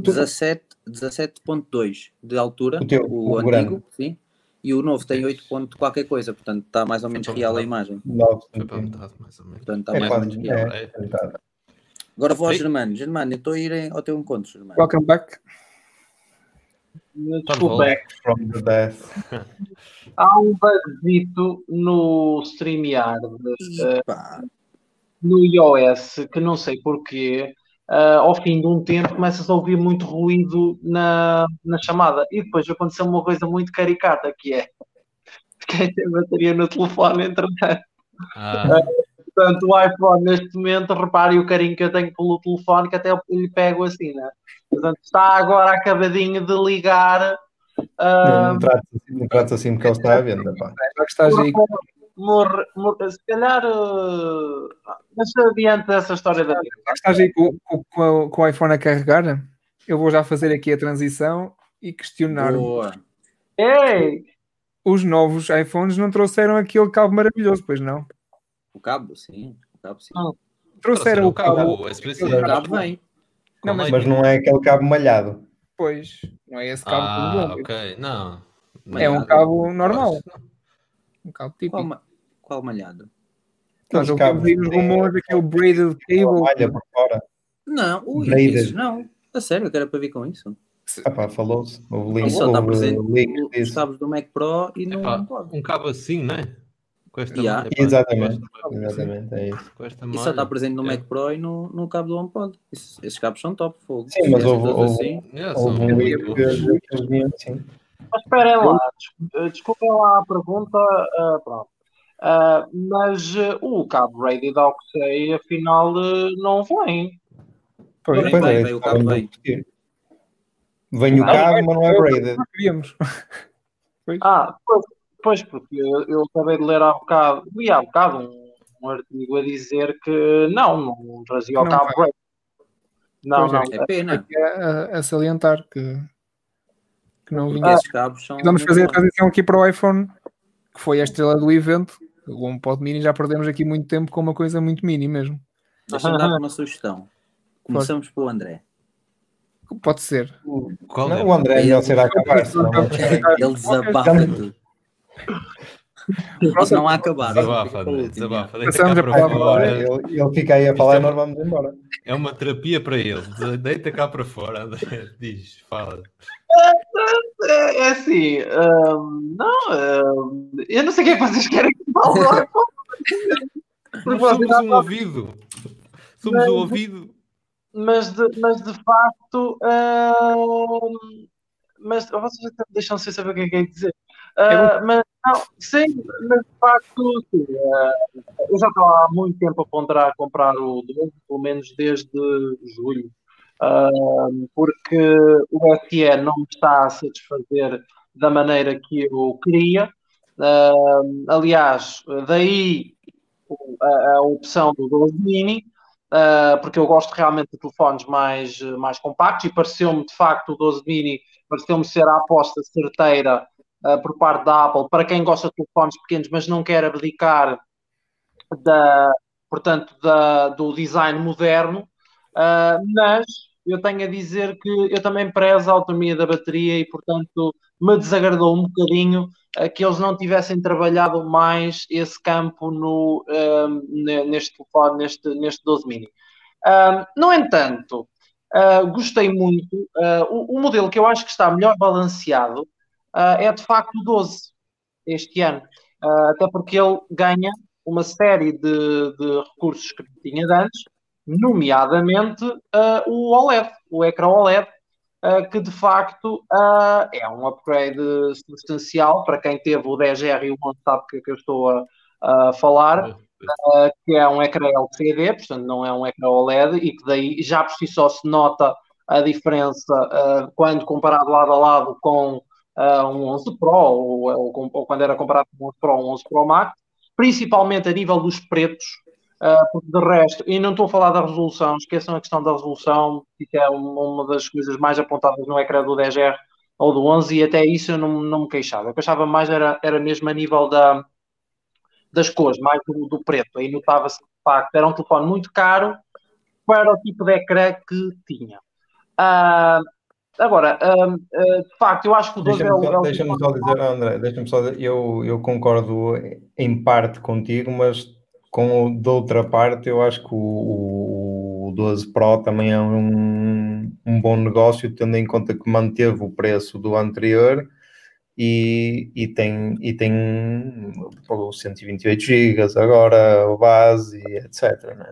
17.2 de altura, o antigo, grande. Sim, e o novo tem 8 ponto qualquer coisa, portanto está mais ou menos real a imagem. Foi para metade, mais ou menos. Portanto está mais ou menos real. Agora vou ao Germano. Germano, eu estou a ir ao teu encontro, Germano. Welcome back. Desculpa. Back from the death. Há um bugzito no StreamYard no iOS que não sei porquê. Ao fim de um tempo começas a ouvir muito ruído na chamada e depois aconteceu uma coisa muito caricata que é fiquei sem bateria no telefone entretanto. Portanto, o iPhone neste momento, reparem o carinho que eu tenho pelo telefone, que até eu lhe pego assim, né? Portanto, está agora acabadinho de ligar. Não trata assim porque ele está à venda, pá. Se calhar, mas adiante dessa história da vida. Estás aí com o iPhone a carregar? Eu vou já fazer aqui a transição e questionar. Ei! Os novos iPhones não trouxeram aquele cabo maravilhoso, pois não? O cabo, sim. Trouxeram o cabo USB-C. O cabo vem. Não, mas não é aquele cabo malhado. Pois, não é esse cabo bom. Ok, não. É um cabo normal. Um cabo típico. Qual malhado? Nós Aqueles ouvimos aí nos rumores, aquele braided cable. malha por fora. Não, Braided. isso não. A sério, que era para vir com isso. Falou-se. Houve Isso só está presente leaks os disso. cabos do Mac Pro e não Epá, pode. um cabo assim, não é? Com esta Yeah. malha, pá, Exatamente. com Exatamente, é isso. esta Isso só está malha. presente no É. Mac Pro e no cabo do HomePod. Esses cabos são top, fogo. Sim, mas Se houve todos assim. São um leak muito que bons. eles vinham assim. Mas esperem lá, desculpem lá a pergunta, pronto. Mas o cabo Braided, ao que sei, afinal não vem. Pois, Pois é, Vem, o cabo vem. Vem o cabo, mas não é braided. Nós queríamos. Pois, porque eu acabei de ler há bocado, li há bocado um artigo a dizer que não trazia o Não cabo vai. Braided. Não, Pois não. É pena. Aqui a salientar que não Porque vinha. esses cabos são. E vamos muito fazer a bons. transição aqui para o iPhone, que foi a estrela do evento. O HomePod Mini já perdemos aqui muito tempo com uma coisa muito mini mesmo. Deixa-me dar uma sugestão. Começamos pelo André. Pode ser. Qual Não, é? o André é melhor ser a acabar, senão não Ele desabafa tudo. Mas não há acabar. Desabafa, André, desabafa. Deita Passamos cá a para palavra. fora. ele fica aí a falar e nós vamos embora. É uma terapia para ele. Deita cá para fora, André. Diz, fala. É assim, eu não sei o que é que vocês querem que fale agora. Nós somos um ouvido. Somos o ouvido. Mas de facto, mas vocês até me deixam sem saber o que é que é dizer. Mas não, sim, mas de facto, sim, eu já estava há muito tempo a ponderar comprar o 12, pelo menos desde julho, porque o SE não me está a satisfazer da maneira que eu queria. Aliás, daí a opção do 12 Mini, porque eu gosto realmente de telefones mais compactos e pareceu-me de facto o 12 Mini pareceu-me ser a aposta certeira por parte da Apple para quem gosta de telefones pequenos mas não quer abdicar do design moderno, mas eu tenho a dizer que eu também prezo a autonomia da bateria e portanto me desagradou um bocadinho que eles não tivessem trabalhado mais esse campo neste telefone, neste 12 Mini. No entanto, gostei muito. O modelo que eu acho que está melhor balanceado é de facto o 12 este ano, até porque ele ganha uma série de recursos que tinha de antes, nomeadamente o OLED, o ecrã OLED, que de facto é um upgrade substancial para quem teve o 10R e o 11 sabe que eu estou a falar, que é um ecrã LCD, portanto não é um ecrã OLED e que daí já por si só se nota a diferença quando comparado lado a lado com um 11 Pro ou quando era comparado com um 11 Pro, um 11 Pro Max, principalmente a nível dos pretos, porque de resto, e não estou a falar da resolução, esqueçam a questão da resolução, que é uma das coisas mais apontadas no ecrã do 10R ou do 11, e até isso eu não me queixava. Eu queixava mais era mesmo a nível das cores, mais do preto. Aí notava-se que, de facto, era um telefone muito caro para o tipo de ecrã que tinha. Agora, de facto, eu acho que o 12 Deixa-me só dizer, André, eu concordo em parte contigo, mas de outra parte, eu acho que o 12 Pro também é um bom negócio, tendo em conta que manteve o preço do anterior e tem os 128 GB agora, o base, etc. Né?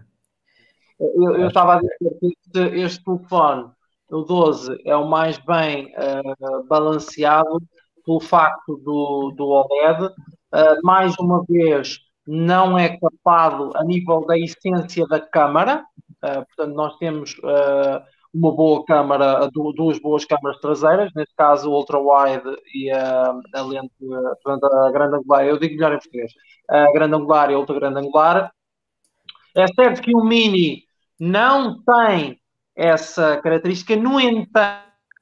Eu estava a dizer que este telefone, o 12, é o mais bem balanceado pelo facto do OLED. Mais uma vez, não é capado a nível da essência da câmara. Portanto, nós temos uma boa câmara, duas boas câmaras traseiras, neste caso o ultra-wide e a lente, portanto, a grande angular, eu digo melhor em português, a grande angular e a ultra grande angular. É certo que o Mini não tem essa característica, no entanto.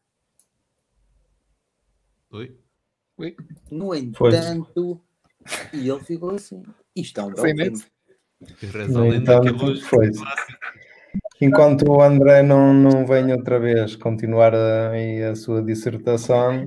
No entanto, e ele ficou assim. Isto é um belo filme. No entanto, foi. Enquanto o André não vem outra vez continuar a sua dissertação.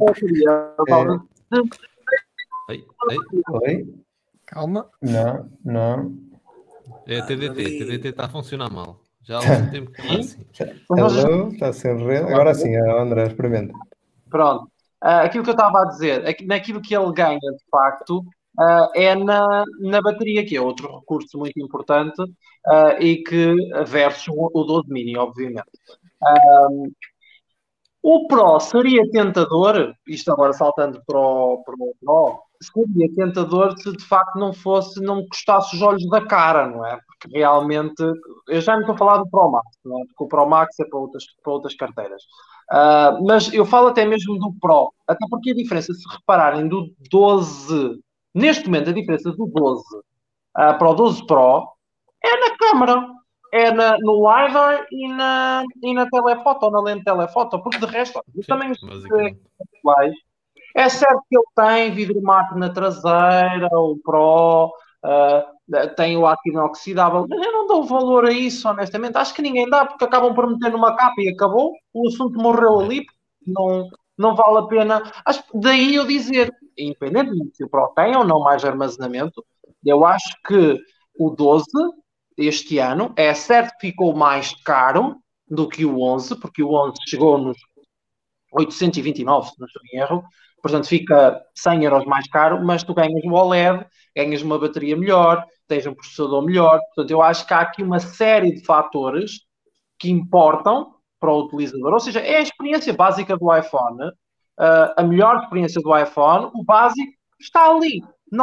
Calma. Não. É TDT está a funcionar mal. Já há algum tempo que está assim. Alô, está sem rede. Agora sim, André, experimenta. Pronto. Aquilo que eu estava a dizer, é que naquilo que ele ganha, de facto, é na bateria, que é outro recurso muito importante, e que versus o 12 Mini, obviamente. O Pro seria tentador, isto agora saltando para o Pro, seria tentador se de facto não me custasse os olhos da cara, não é? Porque realmente, eu já não estou a falar do Pro Max, não é? Porque o Pro Max é para outras carteiras. Mas eu falo até mesmo do Pro, até porque a diferença, se repararem, do 12, neste momento a diferença do 12 para o 12 Pro é na câmara, no LiDAR e na telefoto, na lente telefoto, porque de resto, eu também basicamente. é certo que ele tem vidro mate na traseira, o Pro, tem o ácido inoxidável, mas eu não dou valor a isso, honestamente. Acho que ninguém dá, porque acabam por meter numa capa e acabou. O assunto morreu ali, não vale a pena. Daí eu dizer, independentemente se o Pro tem ou não mais armazenamento, eu acho que o 12, este ano, é certo que ficou mais caro do que o 11, porque o 11 chegou nos 829, se não estou em erro, portanto fica 100 euros mais caro, mas tu ganhas o OLED, ganhas uma bateria melhor, tens um processador melhor, portanto eu acho que há aqui uma série de fatores que importam para o utilizador, ou seja, é a experiência básica do iPhone, a melhor experiência do iPhone, o básico está ali,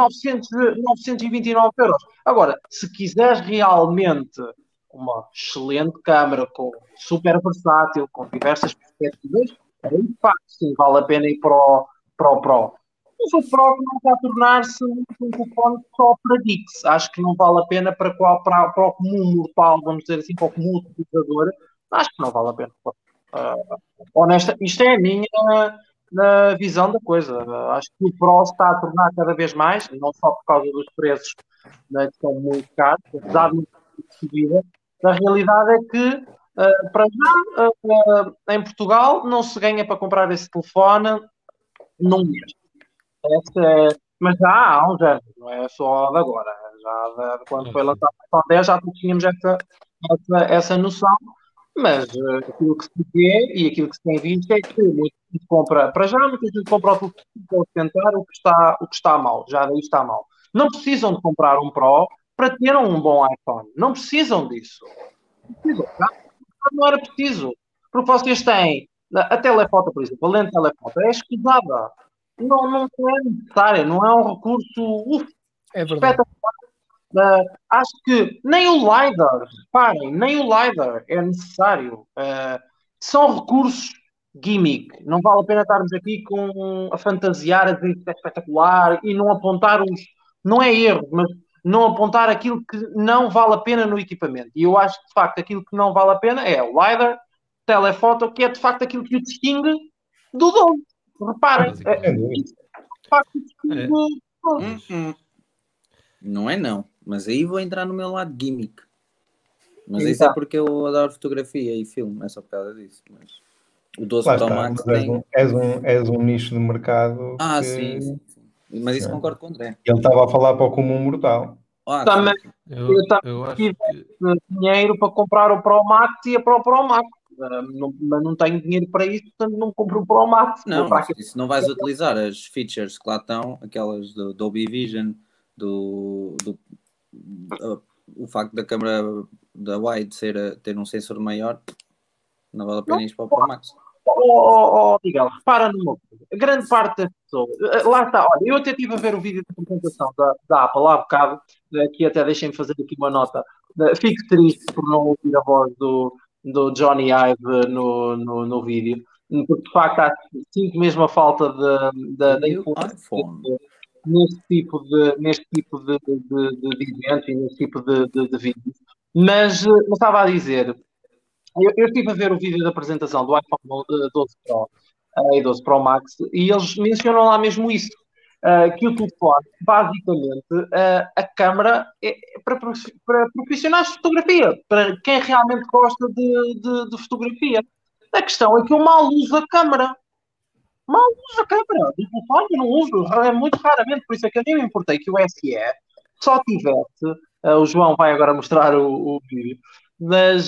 929 euros. Agora, se quiseres realmente uma excelente câmera, super versátil, com diversas perspectivas, aí, de facto, sim, vale a pena ir para o Pro. Mas o Pro não está a tornar-se um telefone só para geeks. Acho que não vale a pena para o comum mortal, vamos dizer assim, para o comum utilizador. Acho que não vale a pena. Honesta, isto é a minha na visão da coisa. Acho que o Pro se está a tornar cada vez mais, não só por causa dos preços, né, que são muito caros, apesar de subida. A realidade é que para já, em Portugal, não se ganha para comprar esse telefone num mês. Mas já há uns anos, não é só de agora. Já quando foi lançado o iPhone 10 já tínhamos essa noção, mas aquilo que se vê e aquilo que se tem visto é que muita gente compra, para já, muita gente compra o telefone para ostentar o que está mal, já daí está mal. Não precisam de comprar um Pro para ter um bom iPhone, não precisam disso. Não era preciso, porque vocês têm a telefoto, por exemplo, a lente telefoto é escusada, não é necessária, não é um recurso É verdade. espetacular. Acho que nem o LiDAR, reparem, nem o LiDAR é necessário. São recursos gimmick. Não vale a pena estarmos aqui com a fantasiar, a dizer que é espetacular e não apontar não é erro, mas não apontar aquilo que não vale a pena no equipamento. E eu acho que, de facto, aquilo que não vale a pena é o LiDAR, telefoto, que é, de facto, aquilo que o distingue do 12. Reparem, de facto, o distingue do 12. Não é não, mas aí vou entrar no meu lado gimmick. Mas Sim, isso tá. é porque eu adoro fotografia e filme, é só por causa disso. Mas o 12 Pro Max tem... És um nicho de mercado que... sim. Mas isso concordo com o André. Ele estava a falar para o comum mortal. Também, Sim. eu também tive dinheiro para comprar o Pro Max e a Pro Max. Mas não tenho dinheiro para isso, portanto não compro o Pro Max. Não, se não vais utilizar as features que lá estão, aquelas do Dolby Vision, o facto da câmera da wide ter um sensor maior, não vale a pena ir para o Pro Max. Miguel, repara numa coisa. A grande parte das pessoas... Lá está, olha, eu até estive a ver o vídeo de apresentação da Apple há bocado, que até deixem-me fazer aqui uma nota. Fico triste por não ouvir a voz do Johnny Ive no vídeo, porque de facto sinto mesmo a falta da influência neste tipo de eventos e neste tipo de vídeos. Mas estava a dizer... Eu estive a ver o vídeo da apresentação do iPhone 12 Pro e 12 Pro Max e eles mencionam lá mesmo isso, que o telefone, basicamente, a câmera é para profissionais de fotografia, para quem realmente gosta de fotografia. A questão é que eu mal uso a câmera. Mal uso a câmera. Do telefone eu não uso, muito raramente, por isso é que eu nem me importei que o SE só tivesse O João vai agora mostrar o vídeo. Mas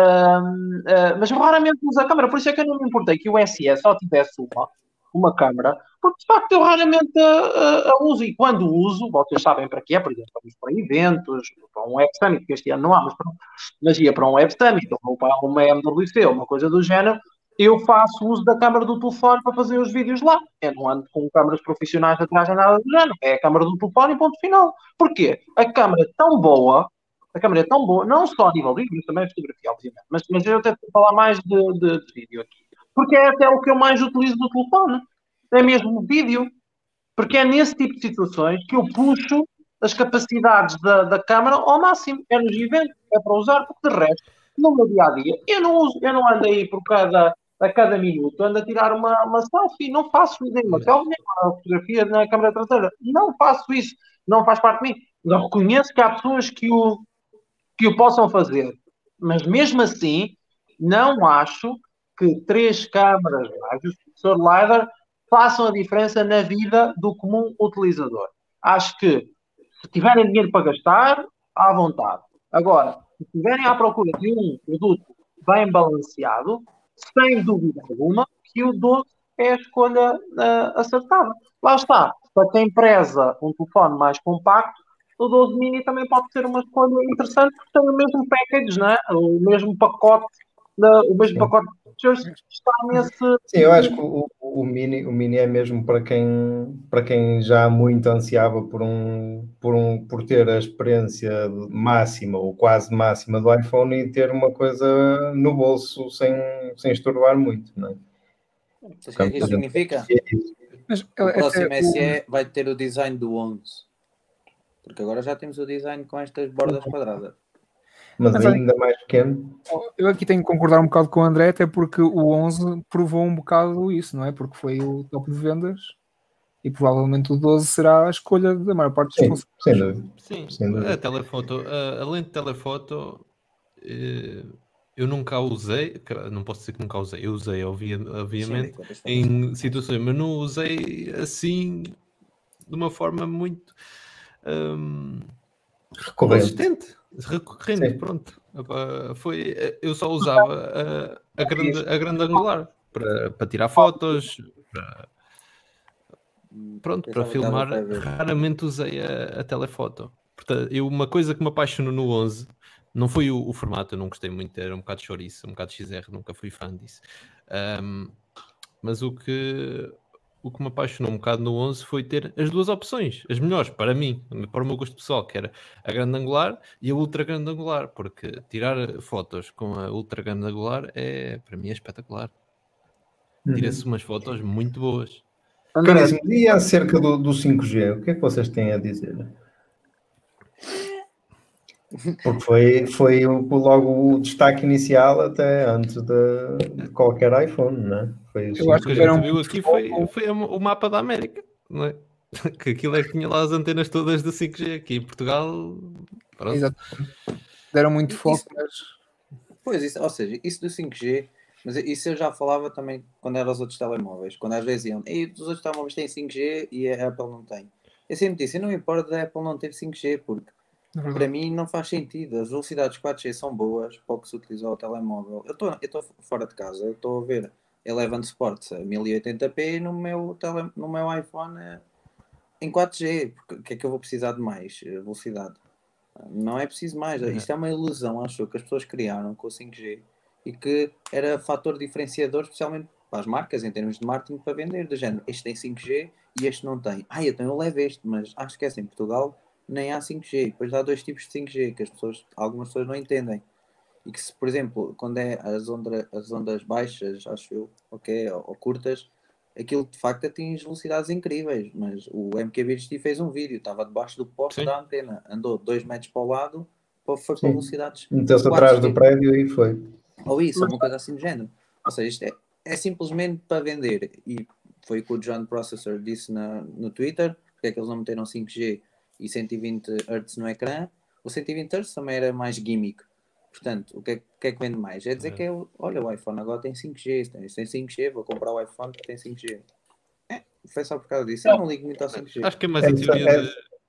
eu raramente uso a câmera, por isso é que eu não me importei que o SE só tivesse uma câmera, porque de facto eu raramente a uso, e quando uso, vocês sabem para quê, por exemplo, vamos para eventos, para um Web Summit, que este ano não há, mas ia para um Web Summit, ou para uma MWC, uma coisa do género, eu faço uso da câmara do telefone para fazer os vídeos lá. Eu não ando com câmaras profissionais atrás nem nada do género. É a câmara do telefone e ponto final. Porquê? A câmara é tão boa, não só a nível de vídeo, mas também a fotografia, obviamente. Mas eu até vou falar mais de vídeo aqui. Porque é até o que eu mais utilizo do telefone. É mesmo o vídeo. Porque é nesse tipo de situações que eu puxo as capacidades da câmara ao máximo. É nos eventos, é para usar, porque de resto, no meu dia a dia, eu não ando aí a cada minuto, ando a tirar uma selfie, não faço nem uma selfie, nem uma fotografia na câmara traseira. Não faço isso, não faz parte de mim. Eu reconheço que há pessoas que o possam fazer, mas mesmo assim, não acho que 3 câmaras mais o sensor LiDAR façam a diferença na vida do comum utilizador. Acho que se tiverem dinheiro para gastar, à vontade. Agora, se estiverem à procura de um produto bem balanceado, sem dúvida alguma, que o 12 é a escolha acertada. Lá está. Para quem preza um telefone mais compacto, o 12 mini também pode ser uma escolha interessante, porque tem o mesmo package, né? O mesmo pacote de features está nesse. Sim, eu acho que o Mini é mesmo para quem já muito ansiava por ter a experiência máxima ou quase máxima do iPhone e ter uma coisa no bolso sem estorvar muito, não é? Sabe o que é que isso significa? Mas, o próximo SE vai ter o design do 11. Porque agora já temos o design com estas bordas quadradas. Mas ainda mais pequeno. Eu aqui tenho que concordar um bocado com o André, até porque o 11 provou um bocado isso, não é? Porque foi o top de vendas e provavelmente o 12 será a escolha da maior parte dos consumidores. Sem dúvida. Sim, sem dúvida. A telefoto, a lente de telefoto, eu nunca a usei, não posso dizer que nunca a usei, eu usei obviamente em situações, mas não usei assim de uma forma muito consistente, recorrente, pronto. Eu só usava a grande angular para tirar fotos, para filmar. Raramente usei a telefoto. Portanto, uma coisa que me apaixonou no 11 não foi o formato, eu não gostei muito, era um bocado chouriço, um bocado XR, nunca fui fã disso. Mas o que me apaixonou um bocado no 11 foi ter as duas opções, as melhores para mim, para o meu gosto pessoal, que era a grande angular e a ultra grande angular, porque tirar fotos com a ultra grande angular para mim é espetacular. Tira-se umas fotos muito boas. Caríssimo, e acerca do 5G, o que é que vocês têm a dizer? Porque foi logo o destaque inicial até antes de qualquer iPhone, não é? Eu acho que a gente viu aqui foi o mapa da América, não é? Que aquilo é que tinha lá as antenas todas do 5G aqui em Portugal. Pronto. Exatamente. Deram muito foco, mas... Pois, ou seja, isso do 5G, mas isso eu já falava também quando eram os outros telemóveis, quando às vezes iam, e os outros telemóveis têm 5G e a Apple não tem. Eu sempre disse, eu não me importo da Apple não ter 5G, porque para mim não faz sentido. As velocidades 4G são boas para o que se utiliza o telemóvel. Eu estou fora de casa, eu estou a ver Eleven Sports a 1080p no meu iPhone em 4G. Porque o que é que eu vou precisar de mais? Velocidade. Não é preciso mais. Isto é uma ilusão, acho, que as pessoas criaram com o 5G e que era fator diferenciador, especialmente para as marcas, em termos de marketing, para vender. Do género, este tem 5G e este não tem. Então eu levo este, mas acho que é assim, em Portugal nem há 5G. Depois há 2 tipos de 5G que algumas pessoas não entendem. E que, se, por exemplo, quando é as ondas baixas, acho eu, ou curtas, aquilo de facto atinge velocidades incríveis. Mas o MKBHD fez um vídeo, estava debaixo do poste da antena, andou 2 metros para o lado, foi para velocidades. Meteu-se atrás do prédio e foi. Ou isso, uma coisa assim do género. Ou seja, isto é simplesmente para vender. E foi o que o John Processor disse no Twitter, porque é que eles não meteram 5G e 120 Hz no ecrã. O 120 Hz também era mais gimmick. Portanto, o que é que vende mais? É dizer que olha, o iPhone agora tem 5G, tem 5G, vou comprar o iPhone que tem 5G. Foi só por causa disso. Eu não ligo muito ao 5G. Acho que é mais a teoria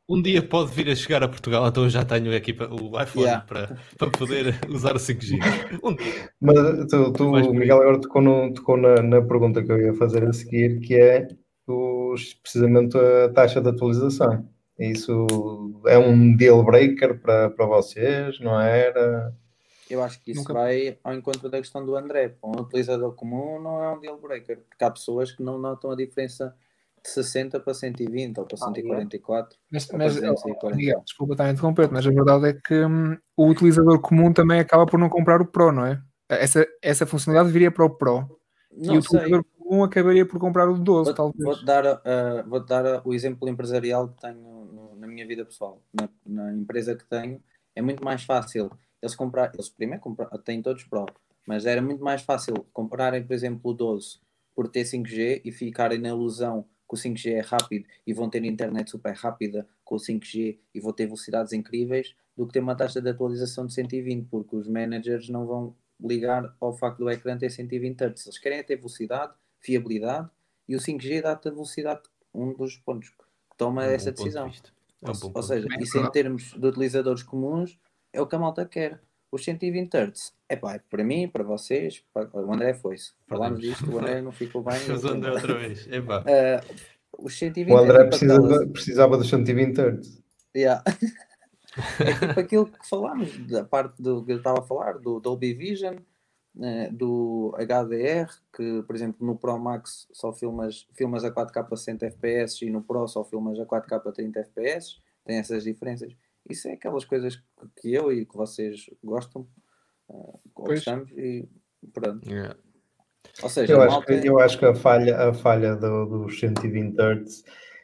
Um dia pode vir a chegar a Portugal, então eu já tenho aqui o iPhone Yeah. para poder usar o 5G. Um dia. Mas Mais por aí. Miguel, agora tocou na pergunta que eu ia fazer a seguir, que é precisamente a taxa de atualização. Isso é um deal breaker para vocês, não era? Eu acho que isso Nunca- vai ao encontro da questão do André. Para um utilizador comum não é um deal breaker, porque há pessoas que não notam a diferença de 60 para 120 ou para 144 Mas, ou para mas 240. Miguel, desculpa estar a interromper, mas a verdade é que o utilizador comum também acaba por não comprar o Pro, não é? Essa funcionalidade viria para o Pro. E Não o sei. utilizador comum acabaria por comprar o 12, talvez. Vou-te dar o exemplo empresarial que tenho na minha vida pessoal. Na empresa que tenho, é muito mais fácil eles primeiro têm todos Pro, mas era muito mais fácil comprarem, por exemplo, o 12 por ter 5G e ficarem na ilusão que o 5G é rápido e vão ter internet super rápida com o 5G e vão ter velocidades incríveis, do que ter uma taxa de atualização de 120, porque os managers não vão ligar ao facto do ecrã ter 120 Hz. Eles querem ter velocidade, fiabilidade, e o 5G dá-te a velocidade, um dos pontos que toma essa ponto de decisão. vista. É um bom Ou ponto. seja, isso em termos de utilizadores comuns é o que a malta quer. Os 120 Hz, é para mim, para vocês, o André foi-se. Falámos Perdemos. disto, o André não ficou bem. Mas o André outra vez. Epá. Os 120 O André é tipo aquelas... precisava dos 120 Hz. Yeah. É tipo aquilo que falámos, da parte do que eu estava a falar, do Dolby Vision, do HDR, que, por exemplo, no Pro Max só filmas a 4K a 60 FPS e no Pro só filmas a 4K a 30 FPS. Tem essas diferenças. Isso é aquelas coisas que eu e que vocês gostam, gostamos e pronto. Yeah. Ou seja, Eu acho que a falha dos 120 Hz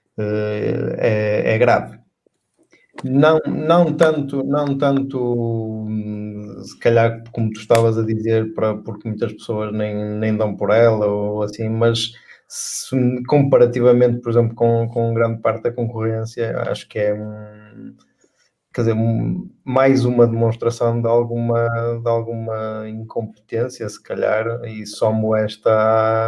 é grave. Não tanto, se calhar como tu estavas a dizer, porque muitas pessoas nem dão por ela ou assim, mas comparativamente, por exemplo, com grande parte da concorrência, acho que é mais uma demonstração de alguma incompetência, se calhar, e somo esta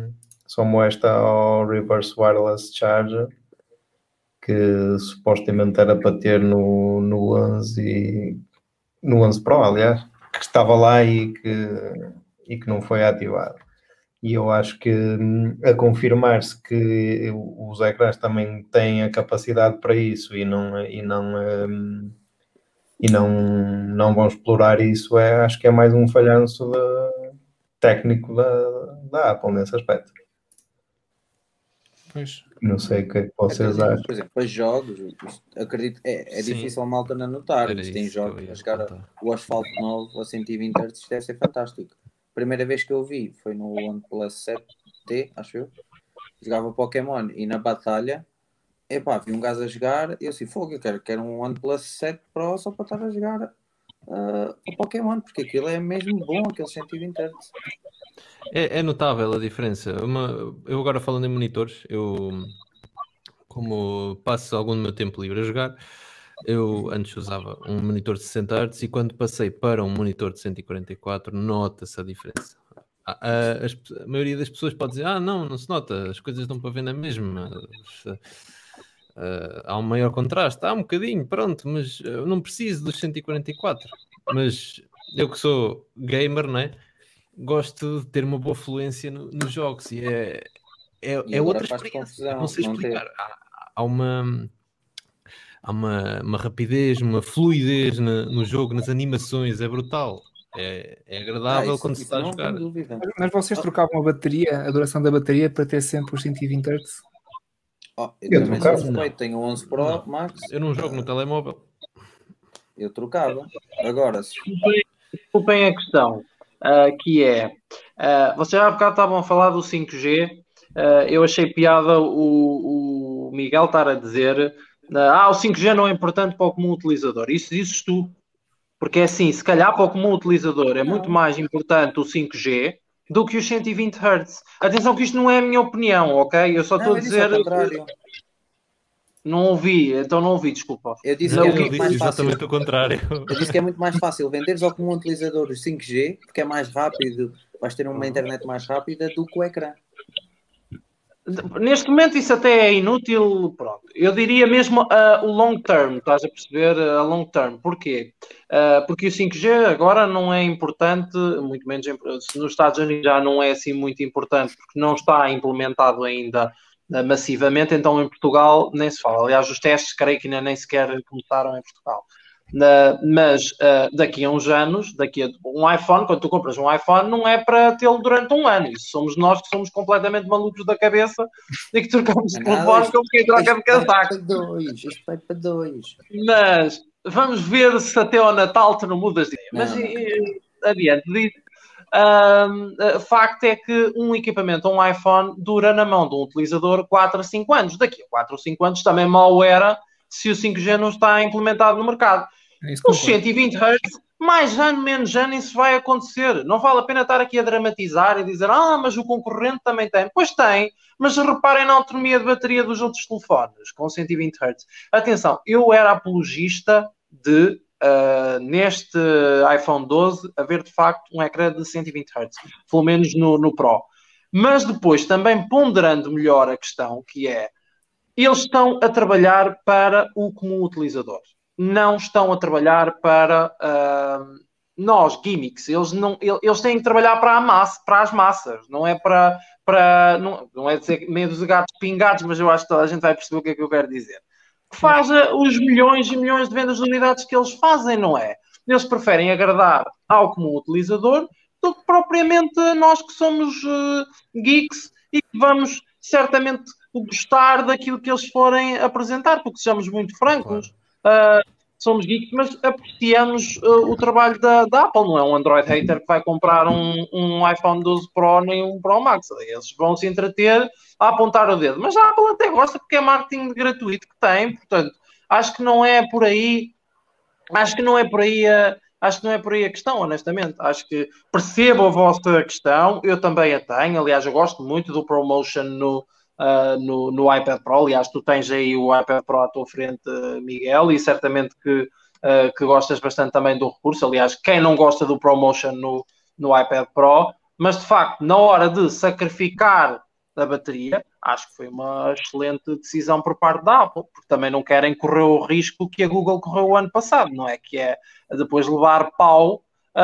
ao Reverse Wireless Charger, que supostamente era para ter no 11 Pro, aliás, que estava lá e que não foi ativado. E eu acho que a confirmar-se que os ecrãs também têm a capacidade para isso e não vão explorar isso, acho que é mais um falhanço técnico da Apple nesse aspecto. Pois. Não sei o que é que vocês acham. Por exemplo, para jogos, acredito, é difícil a malta não notar, mas tem jogos a jogar o Asphalt 9 a 120 Hz, isto deve ser fantástico. A primeira vez que eu vi foi no OnePlus 7T, acho eu, jogava Pokémon e na batalha, vi um gajo a jogar e eu assim, fogo, eu quero um OnePlus 7 Pro só para estar a jogar o Pokémon, porque aquilo é mesmo bom, aquele 120 Hz. É notável a diferença. Eu agora falando em monitores, como passo algum do meu tempo livre a jogar, eu antes usava um monitor de 60 Hz e quando passei para um monitor de 144 nota-se a diferença. A maioria das pessoas pode dizer, não se nota, as coisas dão para ver na mesma. Há um maior contraste, há um bocadinho, pronto, mas eu não preciso dos 144. Mas eu que sou gamer, não é? Gosto de ter uma boa fluência nos jogos e é outra experiência. Não sei explicar. Há uma rapidez, uma fluidez no jogo, nas animações, é brutal. É agradável quando se está a jogar. Mas vocês trocavam a duração da bateria para ter sempre os 120 Hz? Eu também sou suspeito, tenho 11 Pro Max. Eu não jogo no telemóvel. Eu trocava. Agora, desculpem a questão, que é, vocês há bocado estavam a falar do 5G, eu achei piada o Miguel estar a dizer o 5G não é importante para o comum utilizador. Isso dizes tu. Porque é assim, se calhar para o comum utilizador é muito mais importante o 5G do que os 120 Hz. Atenção que isto não é a minha opinião, ok? Eu só estou a dizer... Não ouvi, desculpa. Eu disse que é muito mais fácil. Exatamente o contrário. Eu disse que é muito mais fácil venderes ao comum utilizador o 5G, porque é mais rápido, vais ter uma internet mais rápida do que o ecrã. Neste momento isso até é inútil, pronto. Eu diria mesmo o long term, estás a perceber? A long term. Porquê? Porque o 5G agora não é importante, muito menos nos Estados Unidos já não é assim muito importante, porque não está implementado ainda massivamente, então em Portugal nem se fala. Aliás, os testes creio que ainda nem sequer começaram em Portugal. Mas daqui a uns anos, daqui a um iPhone, quando tu compras um iPhone, não é para tê-lo durante um ano. Isso somos nós que somos completamente malucos da cabeça e que trocamos de telefone como quem troca de casaco. Isto vai para 2. Mas vamos ver se até ao Natal tu não mudas de ideia. Mas adiante disso. Facto é que um equipamento, um iPhone, dura na mão de um utilizador 4 a 5 anos. Daqui a 4 ou 5 anos também mal era se o 5G não está implementado no mercado. Os 120 Hz, mais ano, menos ano, isso vai acontecer. Não vale a pena estar aqui a dramatizar e dizer mas o concorrente também tem. Pois tem, mas reparem na autonomia de bateria dos outros telefones com 120 Hz. Atenção, eu era apologista de neste iPhone 12 haver de facto um ecrã de 120 Hz, pelo menos no Pro. Mas depois também ponderando melhor a questão, que é, eles estão a trabalhar para o comum utilizador. Não estão a trabalhar para nós, gimmicks. Eles têm que trabalhar para as massas. Não é não é dizer meio dos gatos pingados, mas eu acho que toda a gente vai perceber o que é que eu quero dizer. Que faz os milhões e milhões de vendas de unidades que eles fazem, não é? Eles preferem agradar ao comum utilizador do que propriamente nós que somos geeks e que vamos certamente gostar daquilo que eles forem apresentar, porque sejamos muito francos, somos geeks, mas apreciamos o trabalho da Apple, não é um Android hater que vai comprar um iPhone 12 Pro nem um Pro Max. Eles vão se entreter a apontar o dedo, mas a Apple até gosta porque é marketing gratuito que tem, portanto, acho que não é por aí a questão, honestamente. Acho que percebo a vossa questão, eu também a tenho. Aliás, eu gosto muito do ProMotion no iPad Pro. Aliás, tu tens aí o iPad Pro à tua frente, Miguel, e certamente que gostas bastante também do recurso. Aliás, quem não gosta do ProMotion no iPad Pro, mas de facto, na hora de sacrificar a bateria, acho que foi uma excelente decisão por parte da Apple, porque também não querem correr o risco que a Google correu o ano passado, não é? Que é depois levar pau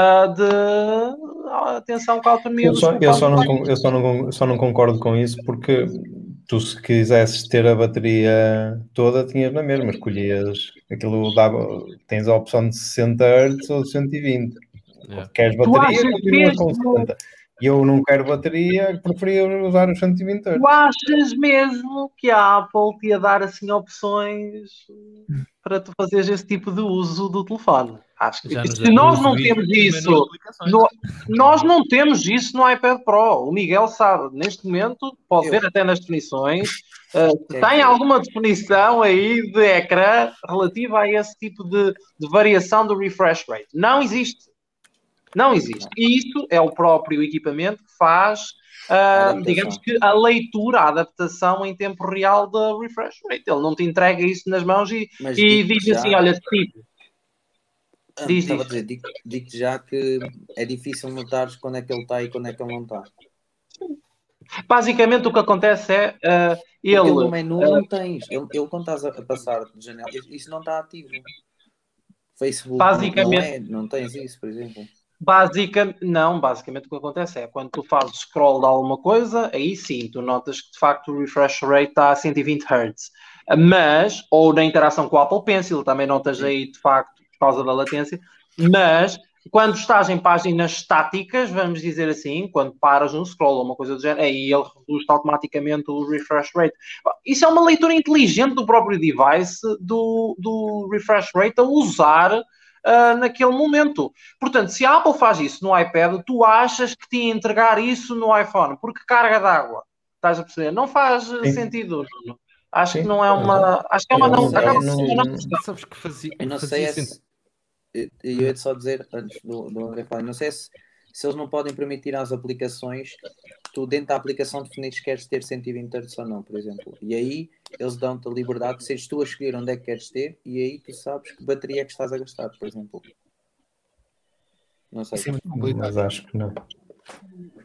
de atenção com a autonomia dos eu só não concordo com isso, porque tu, se quisesses ter a bateria toda, tinhas na mesma, escolhias aquilo, tens a opção de 60 Hz ou de 120. Queres bateria, continuas com 60. E eu não quero bateria, preferia usar os 120 Hz. Tu achas mesmo que a Apple te ia dar assim opções para tu fazeres esse tipo de uso do telefone? Acho que se nós não temos isso, nós não temos isso no iPad Pro. O Miguel sabe, neste momento, pode ver até nas definições, tem alguma definição aí de ecrã relativa a esse tipo de variação do refresh rate. Não existe. Não existe. E isso é o próprio equipamento que faz, digamos que, a leitura, a adaptação em tempo real da refresh rate. Ele não te entrega isso nas mãos e diz assim, olha, tipo... Digo-te já que é difícil notar quando é que ele está e quando é que ele não está. Basicamente o que acontece é... ele no menu não tens. Ele quando estás a passar de janela, isso não está ativo. Facebook não tens isso, por exemplo. Basicamente o que acontece é quando tu fazes scroll de alguma coisa, aí sim, tu notas que de facto o refresh rate está a 120 Hz. Mas, ou na interação com o Apple Pencil, também notas aí de facto por causa da latência, mas quando estás em páginas estáticas, vamos dizer assim, quando paras no scroll ou uma coisa do género, aí ele reduz automaticamente o refresh rate. Isso é uma leitura inteligente do próprio device, do refresh rate a usar naquele momento. Portanto, se a Apple faz isso no iPad, tu achas que te ia entregar isso no iPhone, porque carga d'água. Estás a perceber? Não faz sentido, Nuno. Acho que não é uma... Acho que é uma não... Sabes que fazia... Eu não sei eu ia só dizer, antes do André falar, não sei se eles não podem permitir às aplicações, tu dentro da aplicação definires que queres ter 120 Hz ou não, por exemplo. E aí eles dão-te a liberdade de seres tu a escolher onde é que queres ter e aí tu sabes que bateria é que estás a gastar, por exemplo. Não sei. Mas acho que não.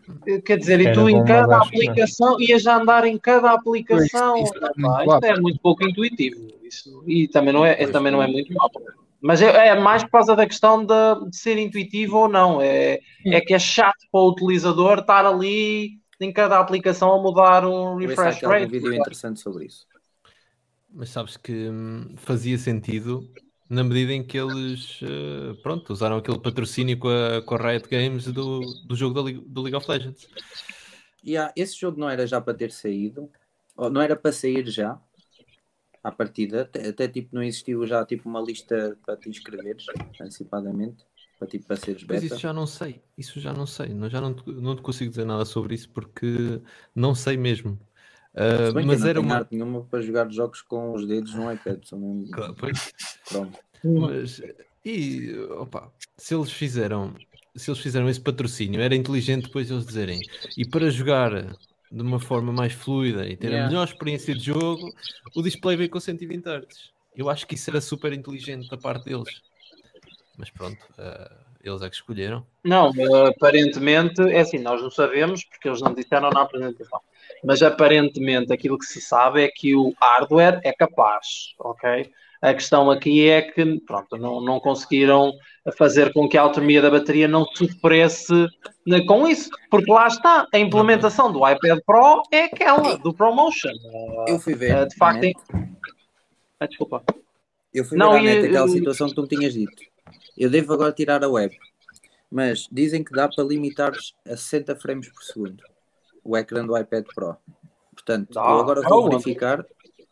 Quer dizer, e Era tu em bom, mas cada acho que não. aplicação ias a andar em cada aplicação. Isso é muito Epá, isto rápido. é muito pouco intuitivo. E também não é, Pois, também não é muito mal. Mas é mais por causa da questão de ser intuitivo ou não. É que é chato para o utilizador estar ali em cada aplicação a mudar um Ver se há refresh aqui algum rate. vídeo interessante sobre isso. Mas sabes que fazia sentido na medida em que eles pronto, usaram aquele patrocínio com a Riot Games do jogo do League of Legends. Esse jogo não era já para ter saído, ou não era para sair já à partida, até tipo não existiu já tipo uma lista para te inscreveres antecipadamente, para seres Pois beta. isso já não sei, já não te consigo dizer nada sobre isso porque não sei mesmo. Se bem que Mas eu não era tenho uma. arte nenhuma para jogar jogos com os dedos no iPad, são mesmo Claro, pois. pronto. Mas opa, se eles fizeram esse patrocínio, era inteligente depois eles dizerem, e para jogar de uma forma mais fluida e ter a melhor experiência de jogo, o display veio com 120 Hz. Eu acho que isso era super inteligente da parte deles. Mas pronto, eles é que escolheram. Não, aparentemente, é assim, nós não sabemos, porque eles não disseram na apresentação, mas aparentemente aquilo que se sabe é que o hardware é capaz, ok? A questão aqui é que, pronto, não conseguiram fazer com que a autonomia da bateria não sofresse com isso, porque lá está, a implementação do iPad Pro é aquela, do ProMotion. Eu fui ver De facto, a net. desculpa. Eu fui Não, ver à net aquela situação que tu me tinhas dito. Eu devo agora tirar a web, mas dizem que dá para limitar a 60 frames por segundo o ecrã do iPad Pro. Portanto, eu agora vou verificar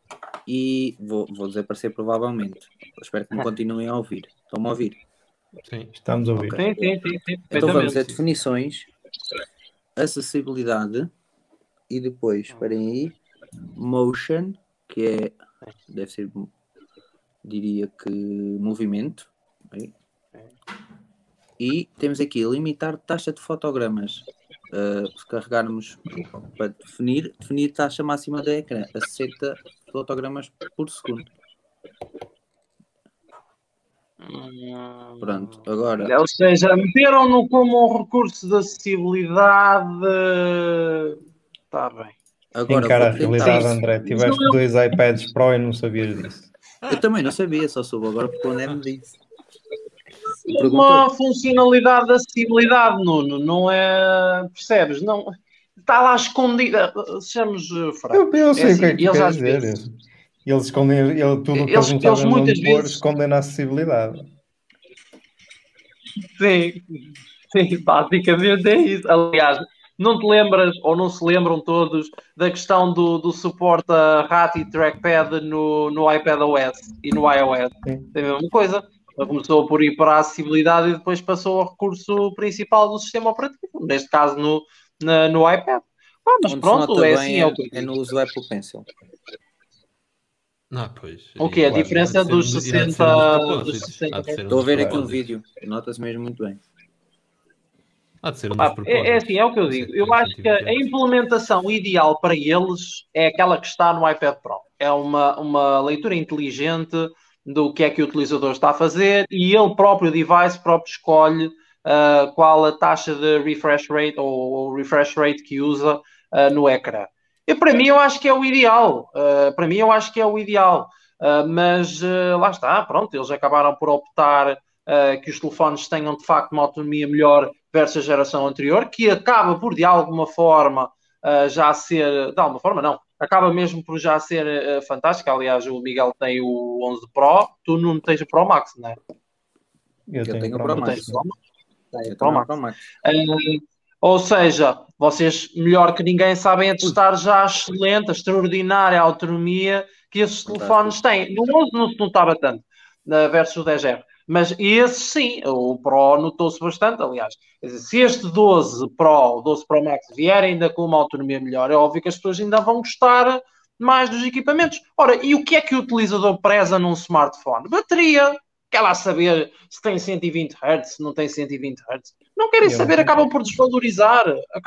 e vou desaparecer provavelmente. Eu espero que me continuem a ouvir. Estão-me a ouvir? Sim. Estamos a ouvir. Sim. Então vamos a definições, acessibilidade e depois, esperem aí, motion, que é, deve ser, diria que movimento. Okay? E temos aqui limitar taxa de fotogramas. Se carregarmos para definir taxa máxima da ecrã a 60 fotogramas por segundo. Pronto, agora. Ou seja, meteram-no como um recurso de acessibilidade. Está bem. Agora encara a realidade, André. Tiveste 2 iPads Pro e não sabias disso. Eu também não sabia, só soube agora porque o André me disse. Uma funcionalidade de acessibilidade, Nuno, não é. Percebes? Não. Está lá escondida. Sejamos francos. Eu sei o que é que eles quer às dizer. vezes. Eles escondem tudo o que eles não sabem muitas onde pôr, vezes escondem na acessibilidade. Sim, basicamente é isso. Aliás, não te lembras, ou não se lembram todos, da questão do suporte a RAT e trackpad no iPadOS e no iOS? Sim. É a mesma coisa. Começou por ir para a acessibilidade e depois passou ao recurso principal do sistema operativo, neste caso no iPad. Mas onde pronto, é assim. É no uso do Apple Pencil. Não, pois. O que é a diferença dos 60? Estou a ver aqui um vídeo, nota-se mesmo muito bem. Há de ser um dos propósitos. É assim, é o que eu digo. Eu acho que a implementação ideal para eles é aquela que está no iPad Pro. É uma leitura inteligente do que é que o utilizador está a fazer e ele próprio, o device próprio, escolhe qual a taxa de refresh rate ou refresh rate que usa no ecrã. E para mim eu acho que é o ideal. Mas lá está, pronto, eles acabaram por optar que os telefones tenham de facto uma autonomia melhor versus a geração anterior, que acaba por de alguma forma já ser, de alguma forma não, acaba mesmo por já ser fantástico. Aliás, o Miguel tem o 11 Pro, tu não tens o Pro Max, não é? Eu tenho o Pro Max. Ou seja, vocês melhor que ninguém sabem atestar já a excelente, a extraordinária autonomia que esses telefones têm. No 11 não se notava tanto, versus o 10R. Mas esse sim, o Pro notou-se bastante, aliás. Quer dizer, se este 12 Pro, o 12 Pro Max vier ainda com uma autonomia melhor, é óbvio que as pessoas ainda vão gostar mais dos equipamentos. Ora, e o que é que o utilizador preza num smartphone? Bateria. Quer lá saber se tem 120 Hz, se não tem 120 Hz. Não querem saber, acabam por desvalorizar.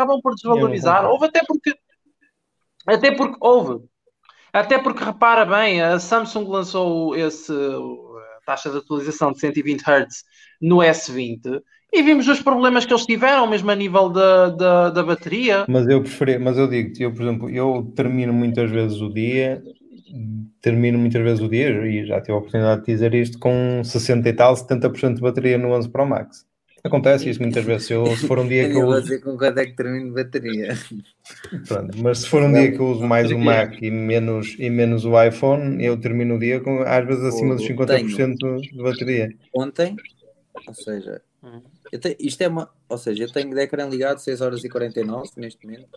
Até porque repara bem, a Samsung lançou taxa de atualização de 120 Hz no S20 E vimos os problemas que eles tiveram, mesmo a nível da bateria. Mas eu digo-te, por exemplo, eu termino muitas vezes o dia e já tive a oportunidade de dizer isto com 60 e tal, 70% de bateria no 11 Pro Max. Acontece isso muitas vezes. Se for um dia que eu vou uso. dizer com quanto é que termino de bateria. Pronto, mas se for um dia que eu uso mais o Mac e menos o iPhone, eu termino o dia com às vezes acima dos 50% de bateria. Ontem, ou seja, eu tenho de ecrã ligado 6 horas e 49 neste momento.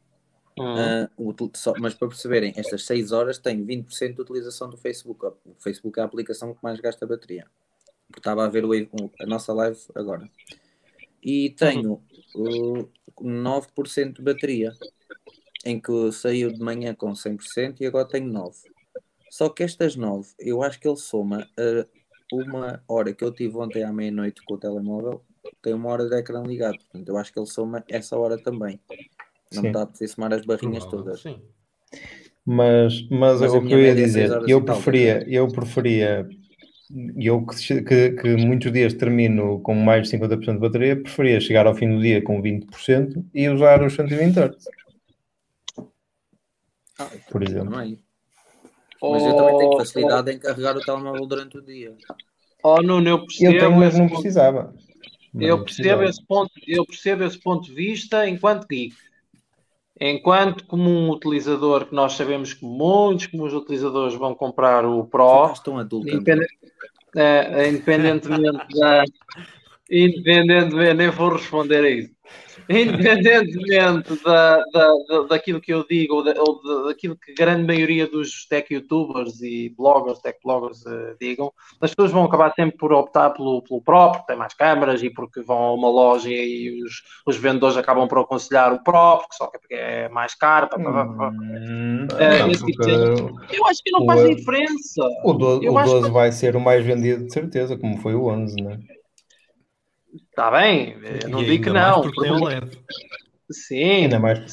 Mas para perceberem, estas 6 horas tem 20% de utilização do Facebook. O Facebook é a aplicação que mais gasta bateria. Porque estava a ver a nossa live agora. E tenho 9% de bateria, em que saiu de manhã com 100% e agora tenho 9%. Só que estas 9, eu acho que ele soma a uma hora que eu tive ontem à meia-noite com o telemóvel, tem 1 hora de ecrã ligado. Portanto, eu acho que ele soma essa hora também. Não me está a poder somar as barrinhas todas. Sim. Mas o que eu ia dizer, eu preferia que muitos dias termino com mais de 50% de bateria, preferia chegar ao fim do dia com 20% e usar os 120 Hz. Por exemplo. Também. Mas eu também tenho facilidade em carregar o telemóvel durante o dia. Nuno, eu percebo. Eu tenho, mas não precisava. Eu percebo esse ponto de vista enquanto geek. Enquanto como um utilizador, que nós sabemos que muitos utilizadores vão comprar o Pro, independentemente, nem vou responder a isso. Independentemente daquilo que eu digo ou daquilo que a grande maioria dos tech youtubers e tech bloggers digam, as pessoas vão acabar sempre por optar pelo Pro, porque tem mais câmaras e porque vão a uma loja e os vendedores acabam por aconselhar o Pro, porque é mais caro. Eu acho que não faz diferença. O 12 vai ser o mais vendido de certeza, como foi o 11, não é? Está bem, eu não digo que não. Porque tem OLED. Sim,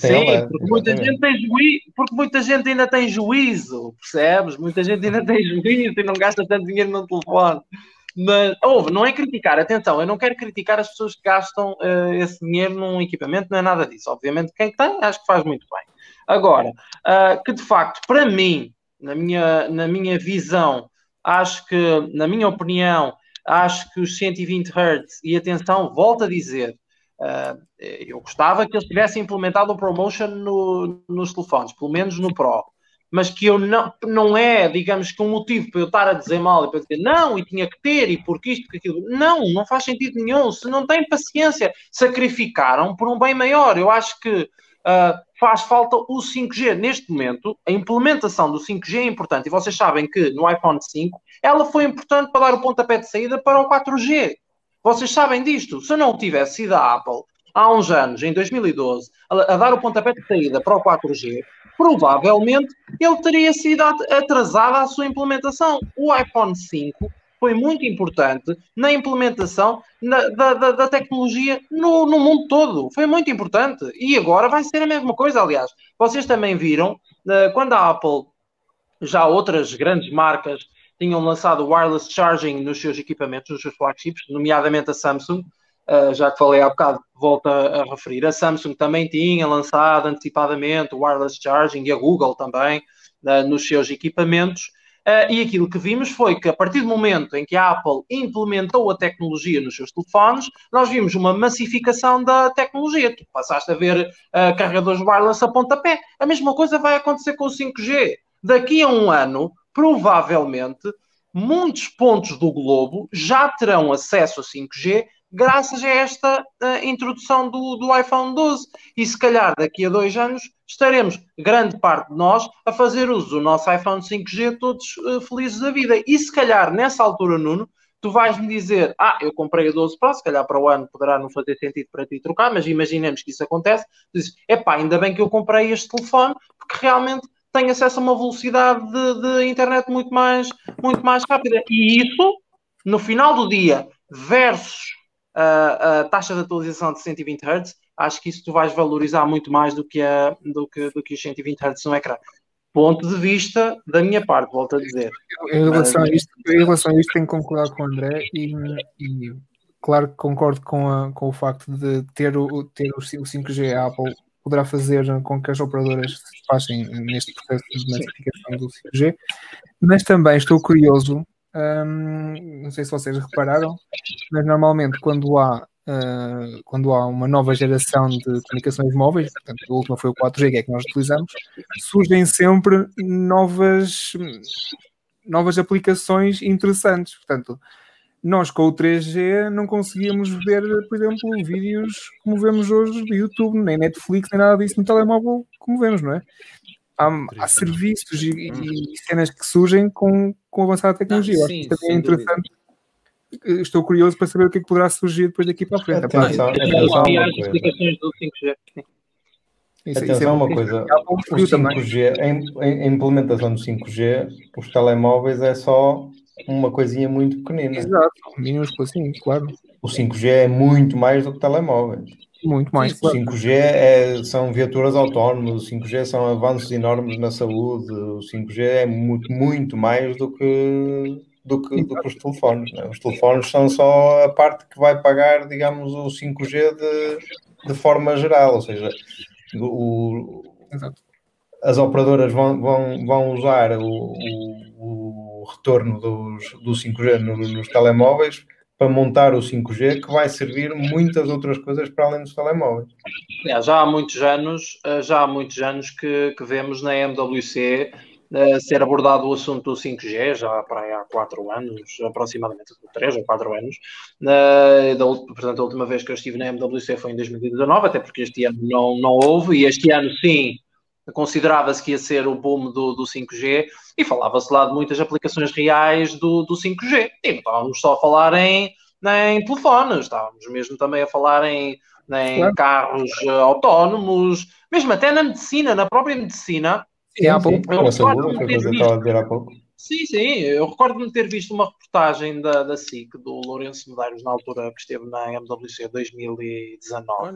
porque muita gente ainda tem juízo, percebes? Muita gente ainda tem juízo e não gasta tanto dinheiro no telefone. Mas, não é criticar, atenção, eu não quero criticar as pessoas que gastam esse dinheiro num equipamento, não é nada disso. Obviamente, quem tem, acho que faz muito bem. Agora, que de facto, para mim, na minha visão, acho que, na minha opinião, acho que os 120 Hz, e atenção, volto a dizer, eu gostava que eles tivessem implementado o ProMotion nos telefones, pelo menos no Pro, mas que eu não é, digamos que um motivo para eu estar a dizer mal e para dizer não, e tinha que ter, e porque isto, porque aquilo. Não faz sentido nenhum. Se não têm paciência, sacrificaram por um bem maior. Eu acho que faz falta o 5G. Neste momento, a implementação do 5G é importante. E vocês sabem que no iPhone 5, ela foi importante para dar o pontapé de saída para o 4G. Vocês sabem disto. Se não tivesse sido a Apple, há uns anos, em 2012, a dar o pontapé de saída para o 4G, provavelmente ele teria sido atrasada a sua implementação. O iPhone 5 foi muito importante na implementação da tecnologia no mundo todo. Foi muito importante. E agora vai ser a mesma coisa, aliás. Vocês também viram, quando a Apple, já outras grandes marcas, tinham lançado wireless charging nos seus equipamentos, nos seus flagships, nomeadamente a Samsung, já que falei há bocado, volto a referir, a Samsung também tinha lançado antecipadamente o wireless charging e a Google também nos seus equipamentos. E aquilo que vimos foi que a partir do momento em que a Apple implementou a tecnologia nos seus telefones, nós vimos uma massificação da tecnologia. Tu passaste a ver carregadores wireless a pontapé. A mesma coisa vai acontecer com o 5G. Daqui a um ano, provavelmente, muitos pontos do globo já terão acesso a 5G graças a esta introdução do iPhone 12. E se calhar daqui a 2 anos estaremos, grande parte de nós, a fazer uso do nosso iPhone 5G todos felizes da vida. E se calhar nessa altura, Nuno, tu vais-me dizer, eu comprei a 12 Pro, se calhar para o ano poderá não fazer sentido para ti trocar, mas imaginemos que isso acontece, tu dizes, ainda bem que eu comprei este telefone, porque realmente tenho acesso a uma velocidade de internet muito mais rápida. E isso, no final do dia, versus a taxa de atualização de 120 Hz, acho que isso tu vais valorizar muito mais do que os 120 Hz no ecrã. Ponto de vista da minha parte, volto a dizer. Em relação a isto tenho que concordar com o André e claro que concordo com o facto de ter o 5G. A Apple poderá fazer com que as operadoras se despachem neste processo de massificação do 5G, mas também estou curioso, não sei se vocês repararam, mas normalmente quando há uma nova geração de comunicações móveis, portanto, a última foi o 4G, que é que nós utilizamos, surgem sempre novas aplicações interessantes. Portanto, nós com o 3G não conseguíamos ver, por exemplo, vídeos como vemos hoje do YouTube, nem Netflix, nem nada disso no telemóvel como vemos, não é? Há serviços e cenas que surgem com avançada tecnologia. Sim, acho que isto também é interessante. Estou curioso para saber o que é que poderá surgir depois daqui para a frente. Atenção, E as explicações do 5G. Atenção, uma coisa, o 5G, a implementação do 5G, os telemóveis é só uma coisinha muito pequenina. Exato, minúsculo assim, claro. O 5G é muito mais do que telemóveis. Muito mais, O claro. 5G são viaturas autónomas, o 5G são avanços enormes na saúde, o 5G é muito, muito mais do que os telefones. Não é? Os telefones são só a parte que vai pagar, digamos, o 5G de forma geral, ou seja, as operadoras vão usar o retorno do 5G nos telemóveis para montar o 5G, que vai servir muitas outras coisas para além dos telemóveis. Já há muitos anos que vemos na MWC ser abordado o assunto do 5G, já para aí há 4 anos, aproximadamente 3 ou 4 anos. Portanto, a última vez que eu estive na MWC foi em 2019, até porque este ano não houve, e este ano sim considerava-se que ia ser o boom do 5G, e falava-se lá de muitas aplicações reais do 5G. E não estávamos só a falar em telefones, estávamos mesmo também a falar em carros autónomos, mesmo até na medicina, na própria medicina. Sim, eu recordo-me ter visto uma reportagem da SIC, do Lourenço Medeiros, na altura que esteve na MWC 2019,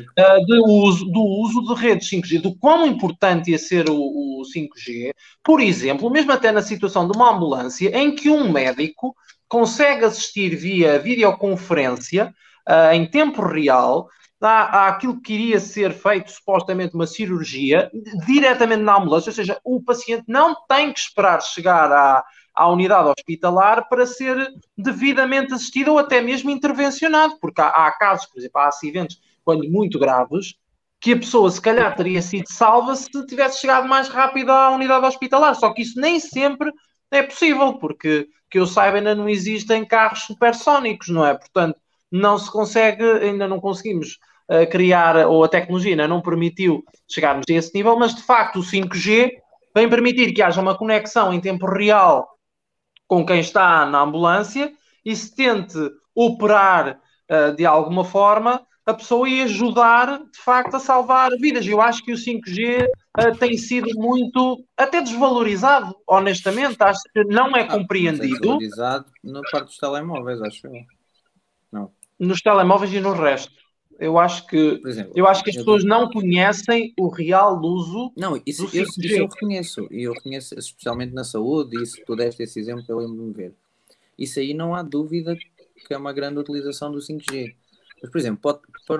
do uso de redes 5G, do quão importante ia ser o 5G, por exemplo, mesmo até na situação de uma ambulância, em que um médico consegue assistir via videoconferência, em tempo real, àquilo que iria ser feito, supostamente uma cirurgia, diretamente na ambulância, ou seja, o paciente não tem que esperar chegar à unidade hospitalar para ser devidamente assistido ou até mesmo intervencionado, porque há casos, por exemplo, há acidentes, quando muito graves, que a pessoa se calhar teria sido salva se tivesse chegado mais rápido à unidade hospitalar, só que isso nem sempre é possível, porque, que eu saiba, ainda não existem carros supersónicos, não é? Portanto, não se consegue, ainda não conseguimos criar, ou a tecnologia ainda não permitiu chegarmos a esse nível, mas de facto o 5G vem permitir que haja uma conexão em tempo real com quem está na ambulância e se tente operar de alguma forma a pessoa e ajudar de facto a salvar vidas. Eu acho que o 5G tem sido muito até desvalorizado, honestamente, acho que não é compreendido. Desvalorizado na parte dos telemóveis, acho eu. Não. Nos telemóveis e no resto. Eu acho que, por exemplo, as pessoas não conhecem o real uso. Não, isso eu reconheço. E eu reconheço, especialmente na saúde, e se tu deste esse exemplo, eu lembro-me de ver. Isso aí não há dúvida que é uma grande utilização do 5G. Mas, por exemplo,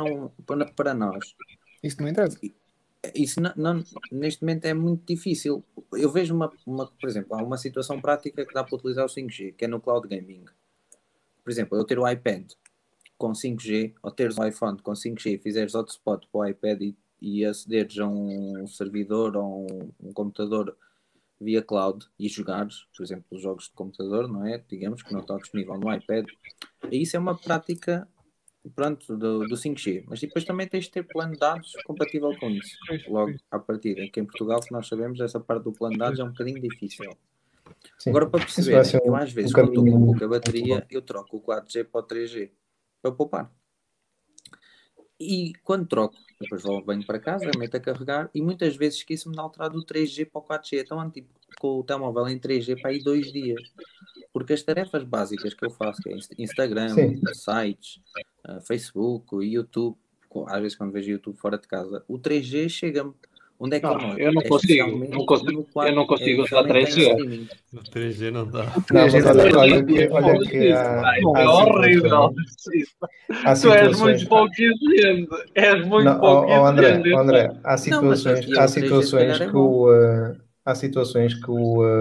para nós... Isso não interessa. Isso neste momento é muito difícil. Eu vejo por exemplo, há uma situação prática que dá para utilizar o 5G, que é no cloud gaming. Por exemplo, eu ter o iPad com 5G, ou teres um iPhone com 5G e fizeres hotspot para o iPad e acederes a um servidor ou um computador via cloud e jogares, por exemplo, os jogos de computador, não é? Digamos que não está disponível no iPad. E isso é uma prática, pronto, do 5G. Mas depois também tens de ter plano de dados compatível com isso. Logo à partida. Aqui em Portugal, que nós sabemos, essa parte do plano de dados é um bocadinho difícil. Sim. Agora, para perceberem, eu às vezes, quando estou com pouca bateria, eu troco o 4G para o 3G. Para poupar. E quando troco, depois venho para casa, meto a carregar e muitas vezes esqueço-me de alterar do 3G para o 4G. Então ando com o telemóvel em 3G para aí 2 dias. Porque as tarefas básicas que eu faço, que é Instagram, sites, Facebook, YouTube, às vezes quando vejo YouTube fora de casa, o 3G chega-me. Onde é que Não, eu noto? eu não É consigo. especialmente Não consigo, no 4, eu não consigo é usar especialmente em 3G. streaming. O 3G não dá. Não, mas olha que É há horrível. há Tu és muito situações. pouco exigente. És muito Não, pouco André, exigente. André, Não, mas aqui há o 3G se calhar situações é que bom. há situações que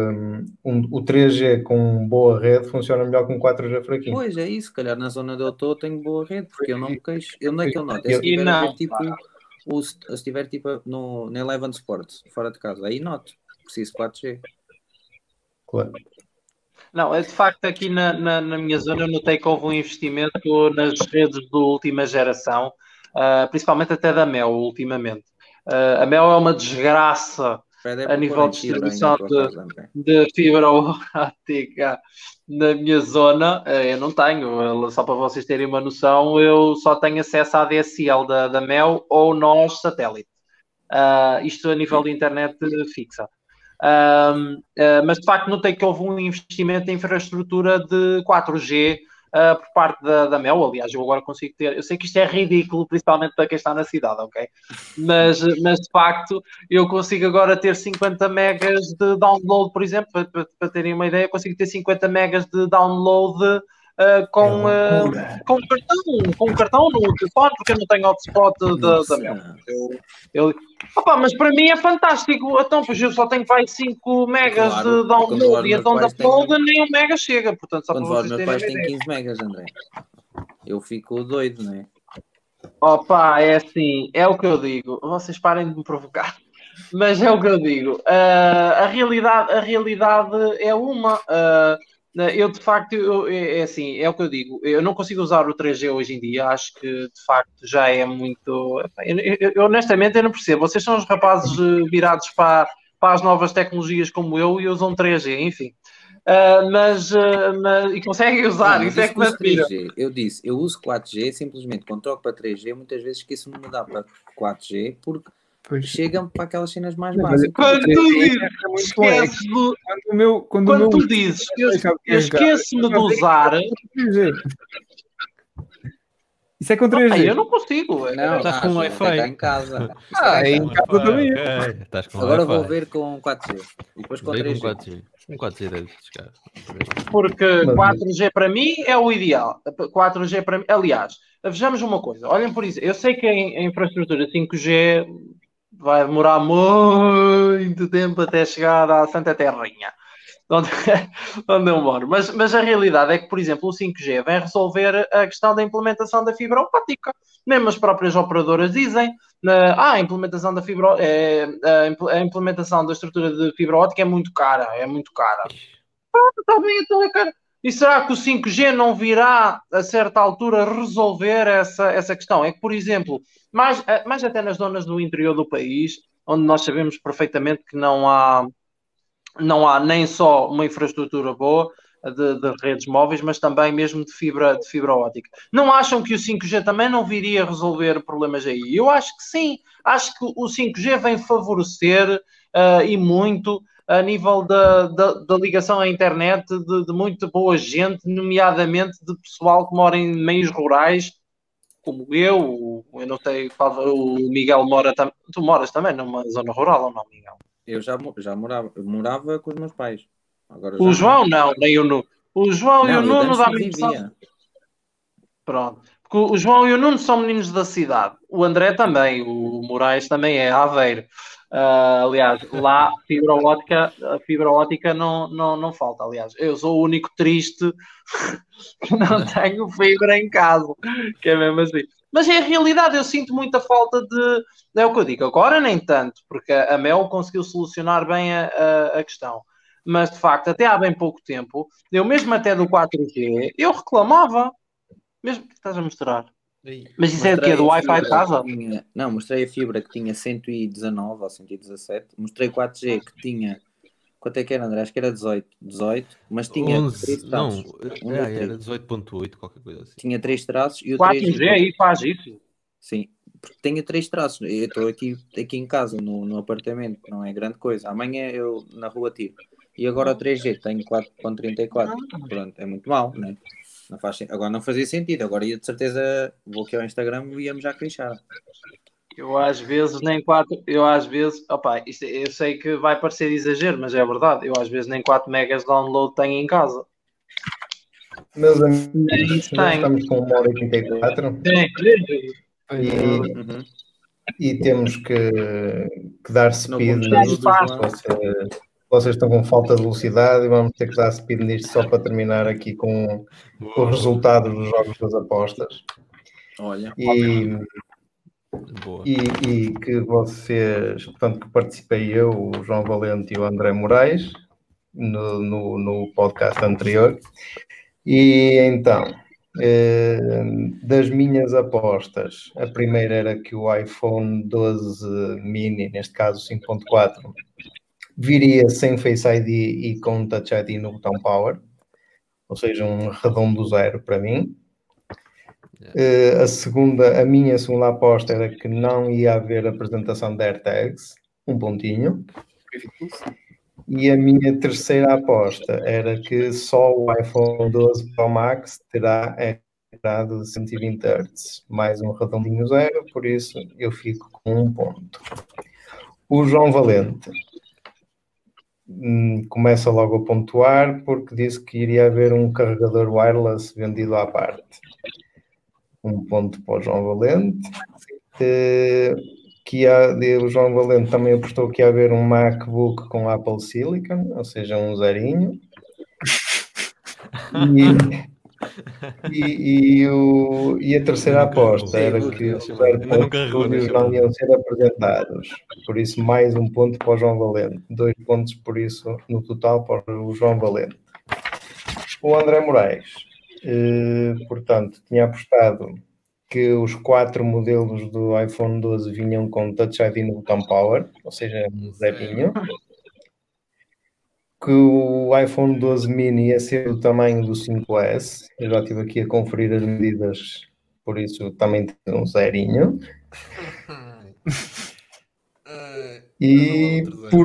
o 3G com boa rede funciona melhor que um 4G fraquinho. Pois é isso, se calhar na zona onde eu estou tenho boa rede, porque eu não me queixo. Eu não é que eu noto, é se Eu- E estiver a ver não, tipo, pá. se estiver tipo no Eleven Sports, fora de casa, aí noto, preciso 4G. Claro. Não, é de facto aqui na minha zona eu notei que houve um investimento nas redes de última geração, principalmente até da Mel, ultimamente. A Mel é uma desgraça Pede é a para nível pôr de em fibra aí na distribuição tua casa, André. de fibra óptica na minha zona. Eu não tenho, só para vocês terem uma noção, eu só tenho acesso à ADSL da Mel ou nós satélite. Isto a nível de internet fixa. Mas de facto notei que houve um investimento em infraestrutura de 4G por parte da Mel. Aliás, eu agora consigo ter. Eu sei que isto é ridículo, principalmente para quem está na cidade, ok? Mas de facto eu consigo agora ter 50 megas de download, por exemplo, para terem uma ideia, consigo ter 50 megas de download com um cartão no telefone, porque eu não tenho hotspot da Mel. Opa, mas para mim é fantástico. Então, pois eu só tenho vai 5 megas Claro, de quando download e meus então da pais têm- upload nem 1 mega chega. Portanto, só para Quando os vocês meus terem pais uma têm ideia. 15 megas, André. Eu fico doido, não é? Opa, é assim, é o que eu digo. Vocês parem de me provocar. Mas é o que eu digo. A realidade é uma. Eu, de facto, é assim, é o que eu digo. Eu não consigo usar o 3G hoje em dia. Acho que, de facto, já é muito. Honestamente, eu não percebo. Vocês são os rapazes virados para as novas tecnologias como eu e usam 3G, enfim. Mas e conseguem usar, Não, eu isso é disse que que me uso admira. 3G. Eu disse, eu uso 4G, simplesmente quando troco para 3G, muitas vezes esqueço-me de mudar para 4G porque Pois. chegam para aquelas cenas mais Não, mas básicas. Quando tu dizes, é muito bom. É que esquece do. quando o meu Quando tu dizes, eu esqueço-me de usar. 3G. Isso é com 3G. Eu não consigo. Não, Estás com tu Wi-Fi. está em casa. Isso está Em em casa. casa também. Ok, estás com Agora Wi-Fi. vou ver com 4G. E depois com Vê 3G. com 4G. Com 4G deve chegar. Porque Mas- 4G para mim é o ideal. 4G para mim. Aliás, vejamos uma coisa. Olhem por isso. Eu sei que a infraestrutura 5G vai demorar muito tempo até chegar à Santa Terrinha, onde, onde eu moro. Mas a realidade é que, por exemplo, o 5G vem resolver a questão da implementação da fibra óptica. Mesmo as próprias operadoras dizem a implementação da fibra, a implementação da estrutura de fibra óptica é muito cara. É muito cara. Está bem, então é cara. E será que o 5G não virá, a certa altura, resolver essa questão? É que, por exemplo, mais até nas zonas do interior do país, onde nós sabemos perfeitamente que não há nem só uma infraestrutura boa de redes móveis, mas também mesmo de fibra óptica. Não acham que o 5G também não viria resolver problemas aí? Eu acho que sim. Acho que o 5G vem favorecer e muito a nível da ligação à internet de muito boa gente, nomeadamente de pessoal que mora em meios rurais, como eu não sei, o Miguel mora também. Tu moras também numa zona rural ou não, Miguel? Eu já morava com os meus pais. Agora O já João não, nem o Nuno. O João e o não, eu Nuno antes dá-me não a impressão. vivia. Pronto. Porque o João e o Nuno são meninos da cidade. O André também. O Moraes também é Aveiro. Aliás, lá a fibra ótica não falta. Aliás, eu sou o único triste que não tenho fibra em casa. Que é mesmo assim. Mas é a realidade, eu sinto muita falta de. É o que eu digo, agora nem tanto, porque a Mel conseguiu solucionar bem a questão. Mas de facto, até há bem pouco tempo, eu mesmo até do 4G, eu reclamava. Mesmo que estás a mostrar. Mas isso é o quê? Do Wi-Fi de casa? Não, mostrei a fibra que tinha 119 ou 117. Mostrei 4G que tinha. Quanto é que era, André? Acho que era 18, mas tinha 11, não, era 18. 18.8, qualquer coisa assim. Tinha 3 traços e o 4G 3G. aí faz isso? Sim, porque tenho 3 traços. Eu estou aqui em casa, no apartamento, não é grande coisa. Amanhã eu na rua tiro. E agora o 3G tenho 4.34. Pronto, é muito mau, né? Não faz, agora não fazia sentido. Agora ia de certeza, vou aqui ao Instagram e ia-me já queixar. Eu às vezes nem 4. Eu às vezes. Opa, eu sei que vai parecer exagero, mas é verdade. Eu às vezes nem 4 megas de download tenho em casa. Meus amigos, Nem já isso tenho. estamos com 1h34 e temos que dar speed Não nisto. concordo, Vocês estão com falta de velocidade e vamos ter que dar speed nisto só para terminar aqui com os resultados dos jogos das apostas. Olha, Boa. E que vocês, portanto, que participei eu, o João Valente e o André Moraes no podcast anterior. E então, das minhas apostas, a primeira era que o iPhone 12 mini, neste caso 5.4, viria sem Face ID e com Touch ID no botão Power, ou seja, um redondo zero para mim. A minha segunda aposta era que não ia haver apresentação de AirTags, um pontinho. E a minha terceira aposta era que só o iPhone 12 Pro Max terá ecrã de 120 Hz, mais um redondinho zero, por isso eu fico com um ponto. O João Valente começa logo a pontuar porque disse que iria haver um carregador wireless vendido à parte. Um ponto para o João Valente. O João Valente também apostou que ia haver um MacBook com Apple Silicon, ou seja, um zerinho. E a terceira aposta era que os AirPods não iam ser apresentados. Por isso, mais um ponto para o João Valente. 2 pontos, por isso, no total, para o João Valente. O André Moraes, portanto, tinha apostado que os 4 modelos do iPhone 12 vinham com Touch ID no botão Power, ou seja, um zerinho. Que o iPhone 12 mini ia ser do tamanho do 5S. Eu já estive aqui a conferir as medidas, por isso também tem um zerinho. E por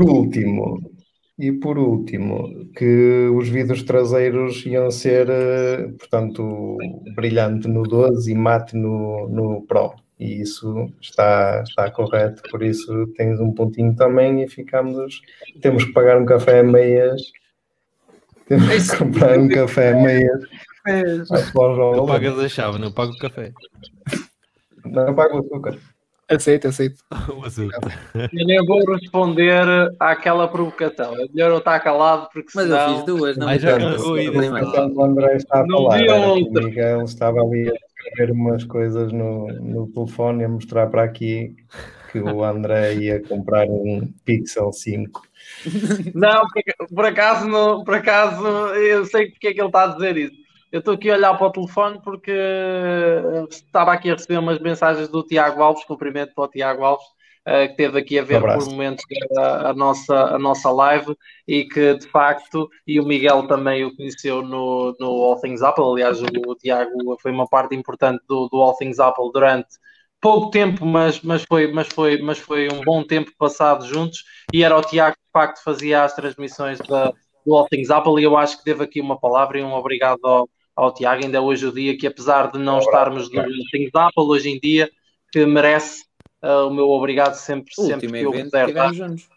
último, que os vidros traseiros iam ser, portanto, brilhante no 12 e mate no Pro. E isso está correto, por isso tens um pontinho também e temos que pagar um café a meias. Temos que comprar um café a meias. Não pagas a chave, não pago o café. Não, eu pago o açúcar. Aceito. O açúcar. Eu nem vou responder àquela provocação. É melhor eu estar calado, porque mas senão... eu fiz duas, não já me carregou aí, O André está a falar. Não vi O Miguel estava ali a escrever umas coisas no telefone e a mostrar para aqui que o André ia comprar um Pixel 5. Não, por acaso eu sei porque é que ele está a dizer isso. Eu estou aqui a olhar para o telefone porque estava aqui a receber umas mensagens do Tiago Alves, cumprimento para o Tiago Alves, que esteve aqui a ver por momentos a nossa live e que de facto, e o Miguel também o conheceu no All Things Apple. Aliás, o Tiago foi uma parte importante do All Things Apple durante pouco tempo, mas foi um bom tempo passado juntos, e era o Tiago que de facto fazia as transmissões do All Things Apple, e eu acho que devo aqui uma palavra e um obrigado ao Tiago. Ainda hoje o dia que, apesar de não estarmos no All Things Apple hoje em dia, que merece o meu obrigado sempre que eu puder dar.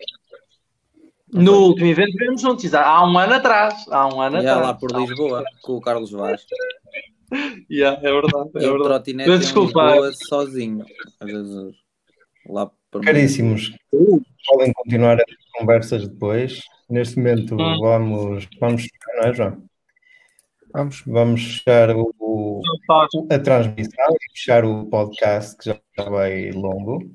No último evento estivemos juntos, há um ano atrás. Lá por Lisboa, com o Carlos Vaz. É verdade. O trotinete em Lisboa sozinho. Jesus. Lá por Caríssimos, podem continuar as conversas depois. Neste momento vamos fechar, não é, João? Vamos fechar a transmissão e fechar o podcast, que já vai longo.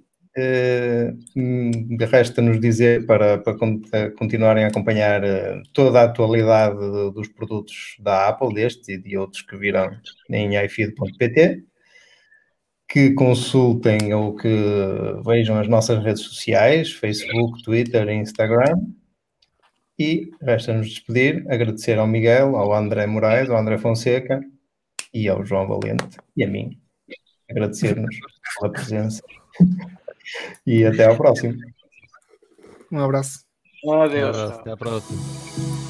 Resta-nos dizer para continuarem a acompanhar toda a atualidade dos produtos da Apple, destes e de outros que virão em iFeed.pt, que consultem ou que vejam as nossas redes sociais, Facebook, Twitter e Instagram. E resta-nos despedir, agradecer ao Miguel, ao André Moraes, ao André Fonseca e ao João Valente e a mim. Agradecer-nos pela presença. E até ao próximo. Um abraço. Adeus. Até à próxima.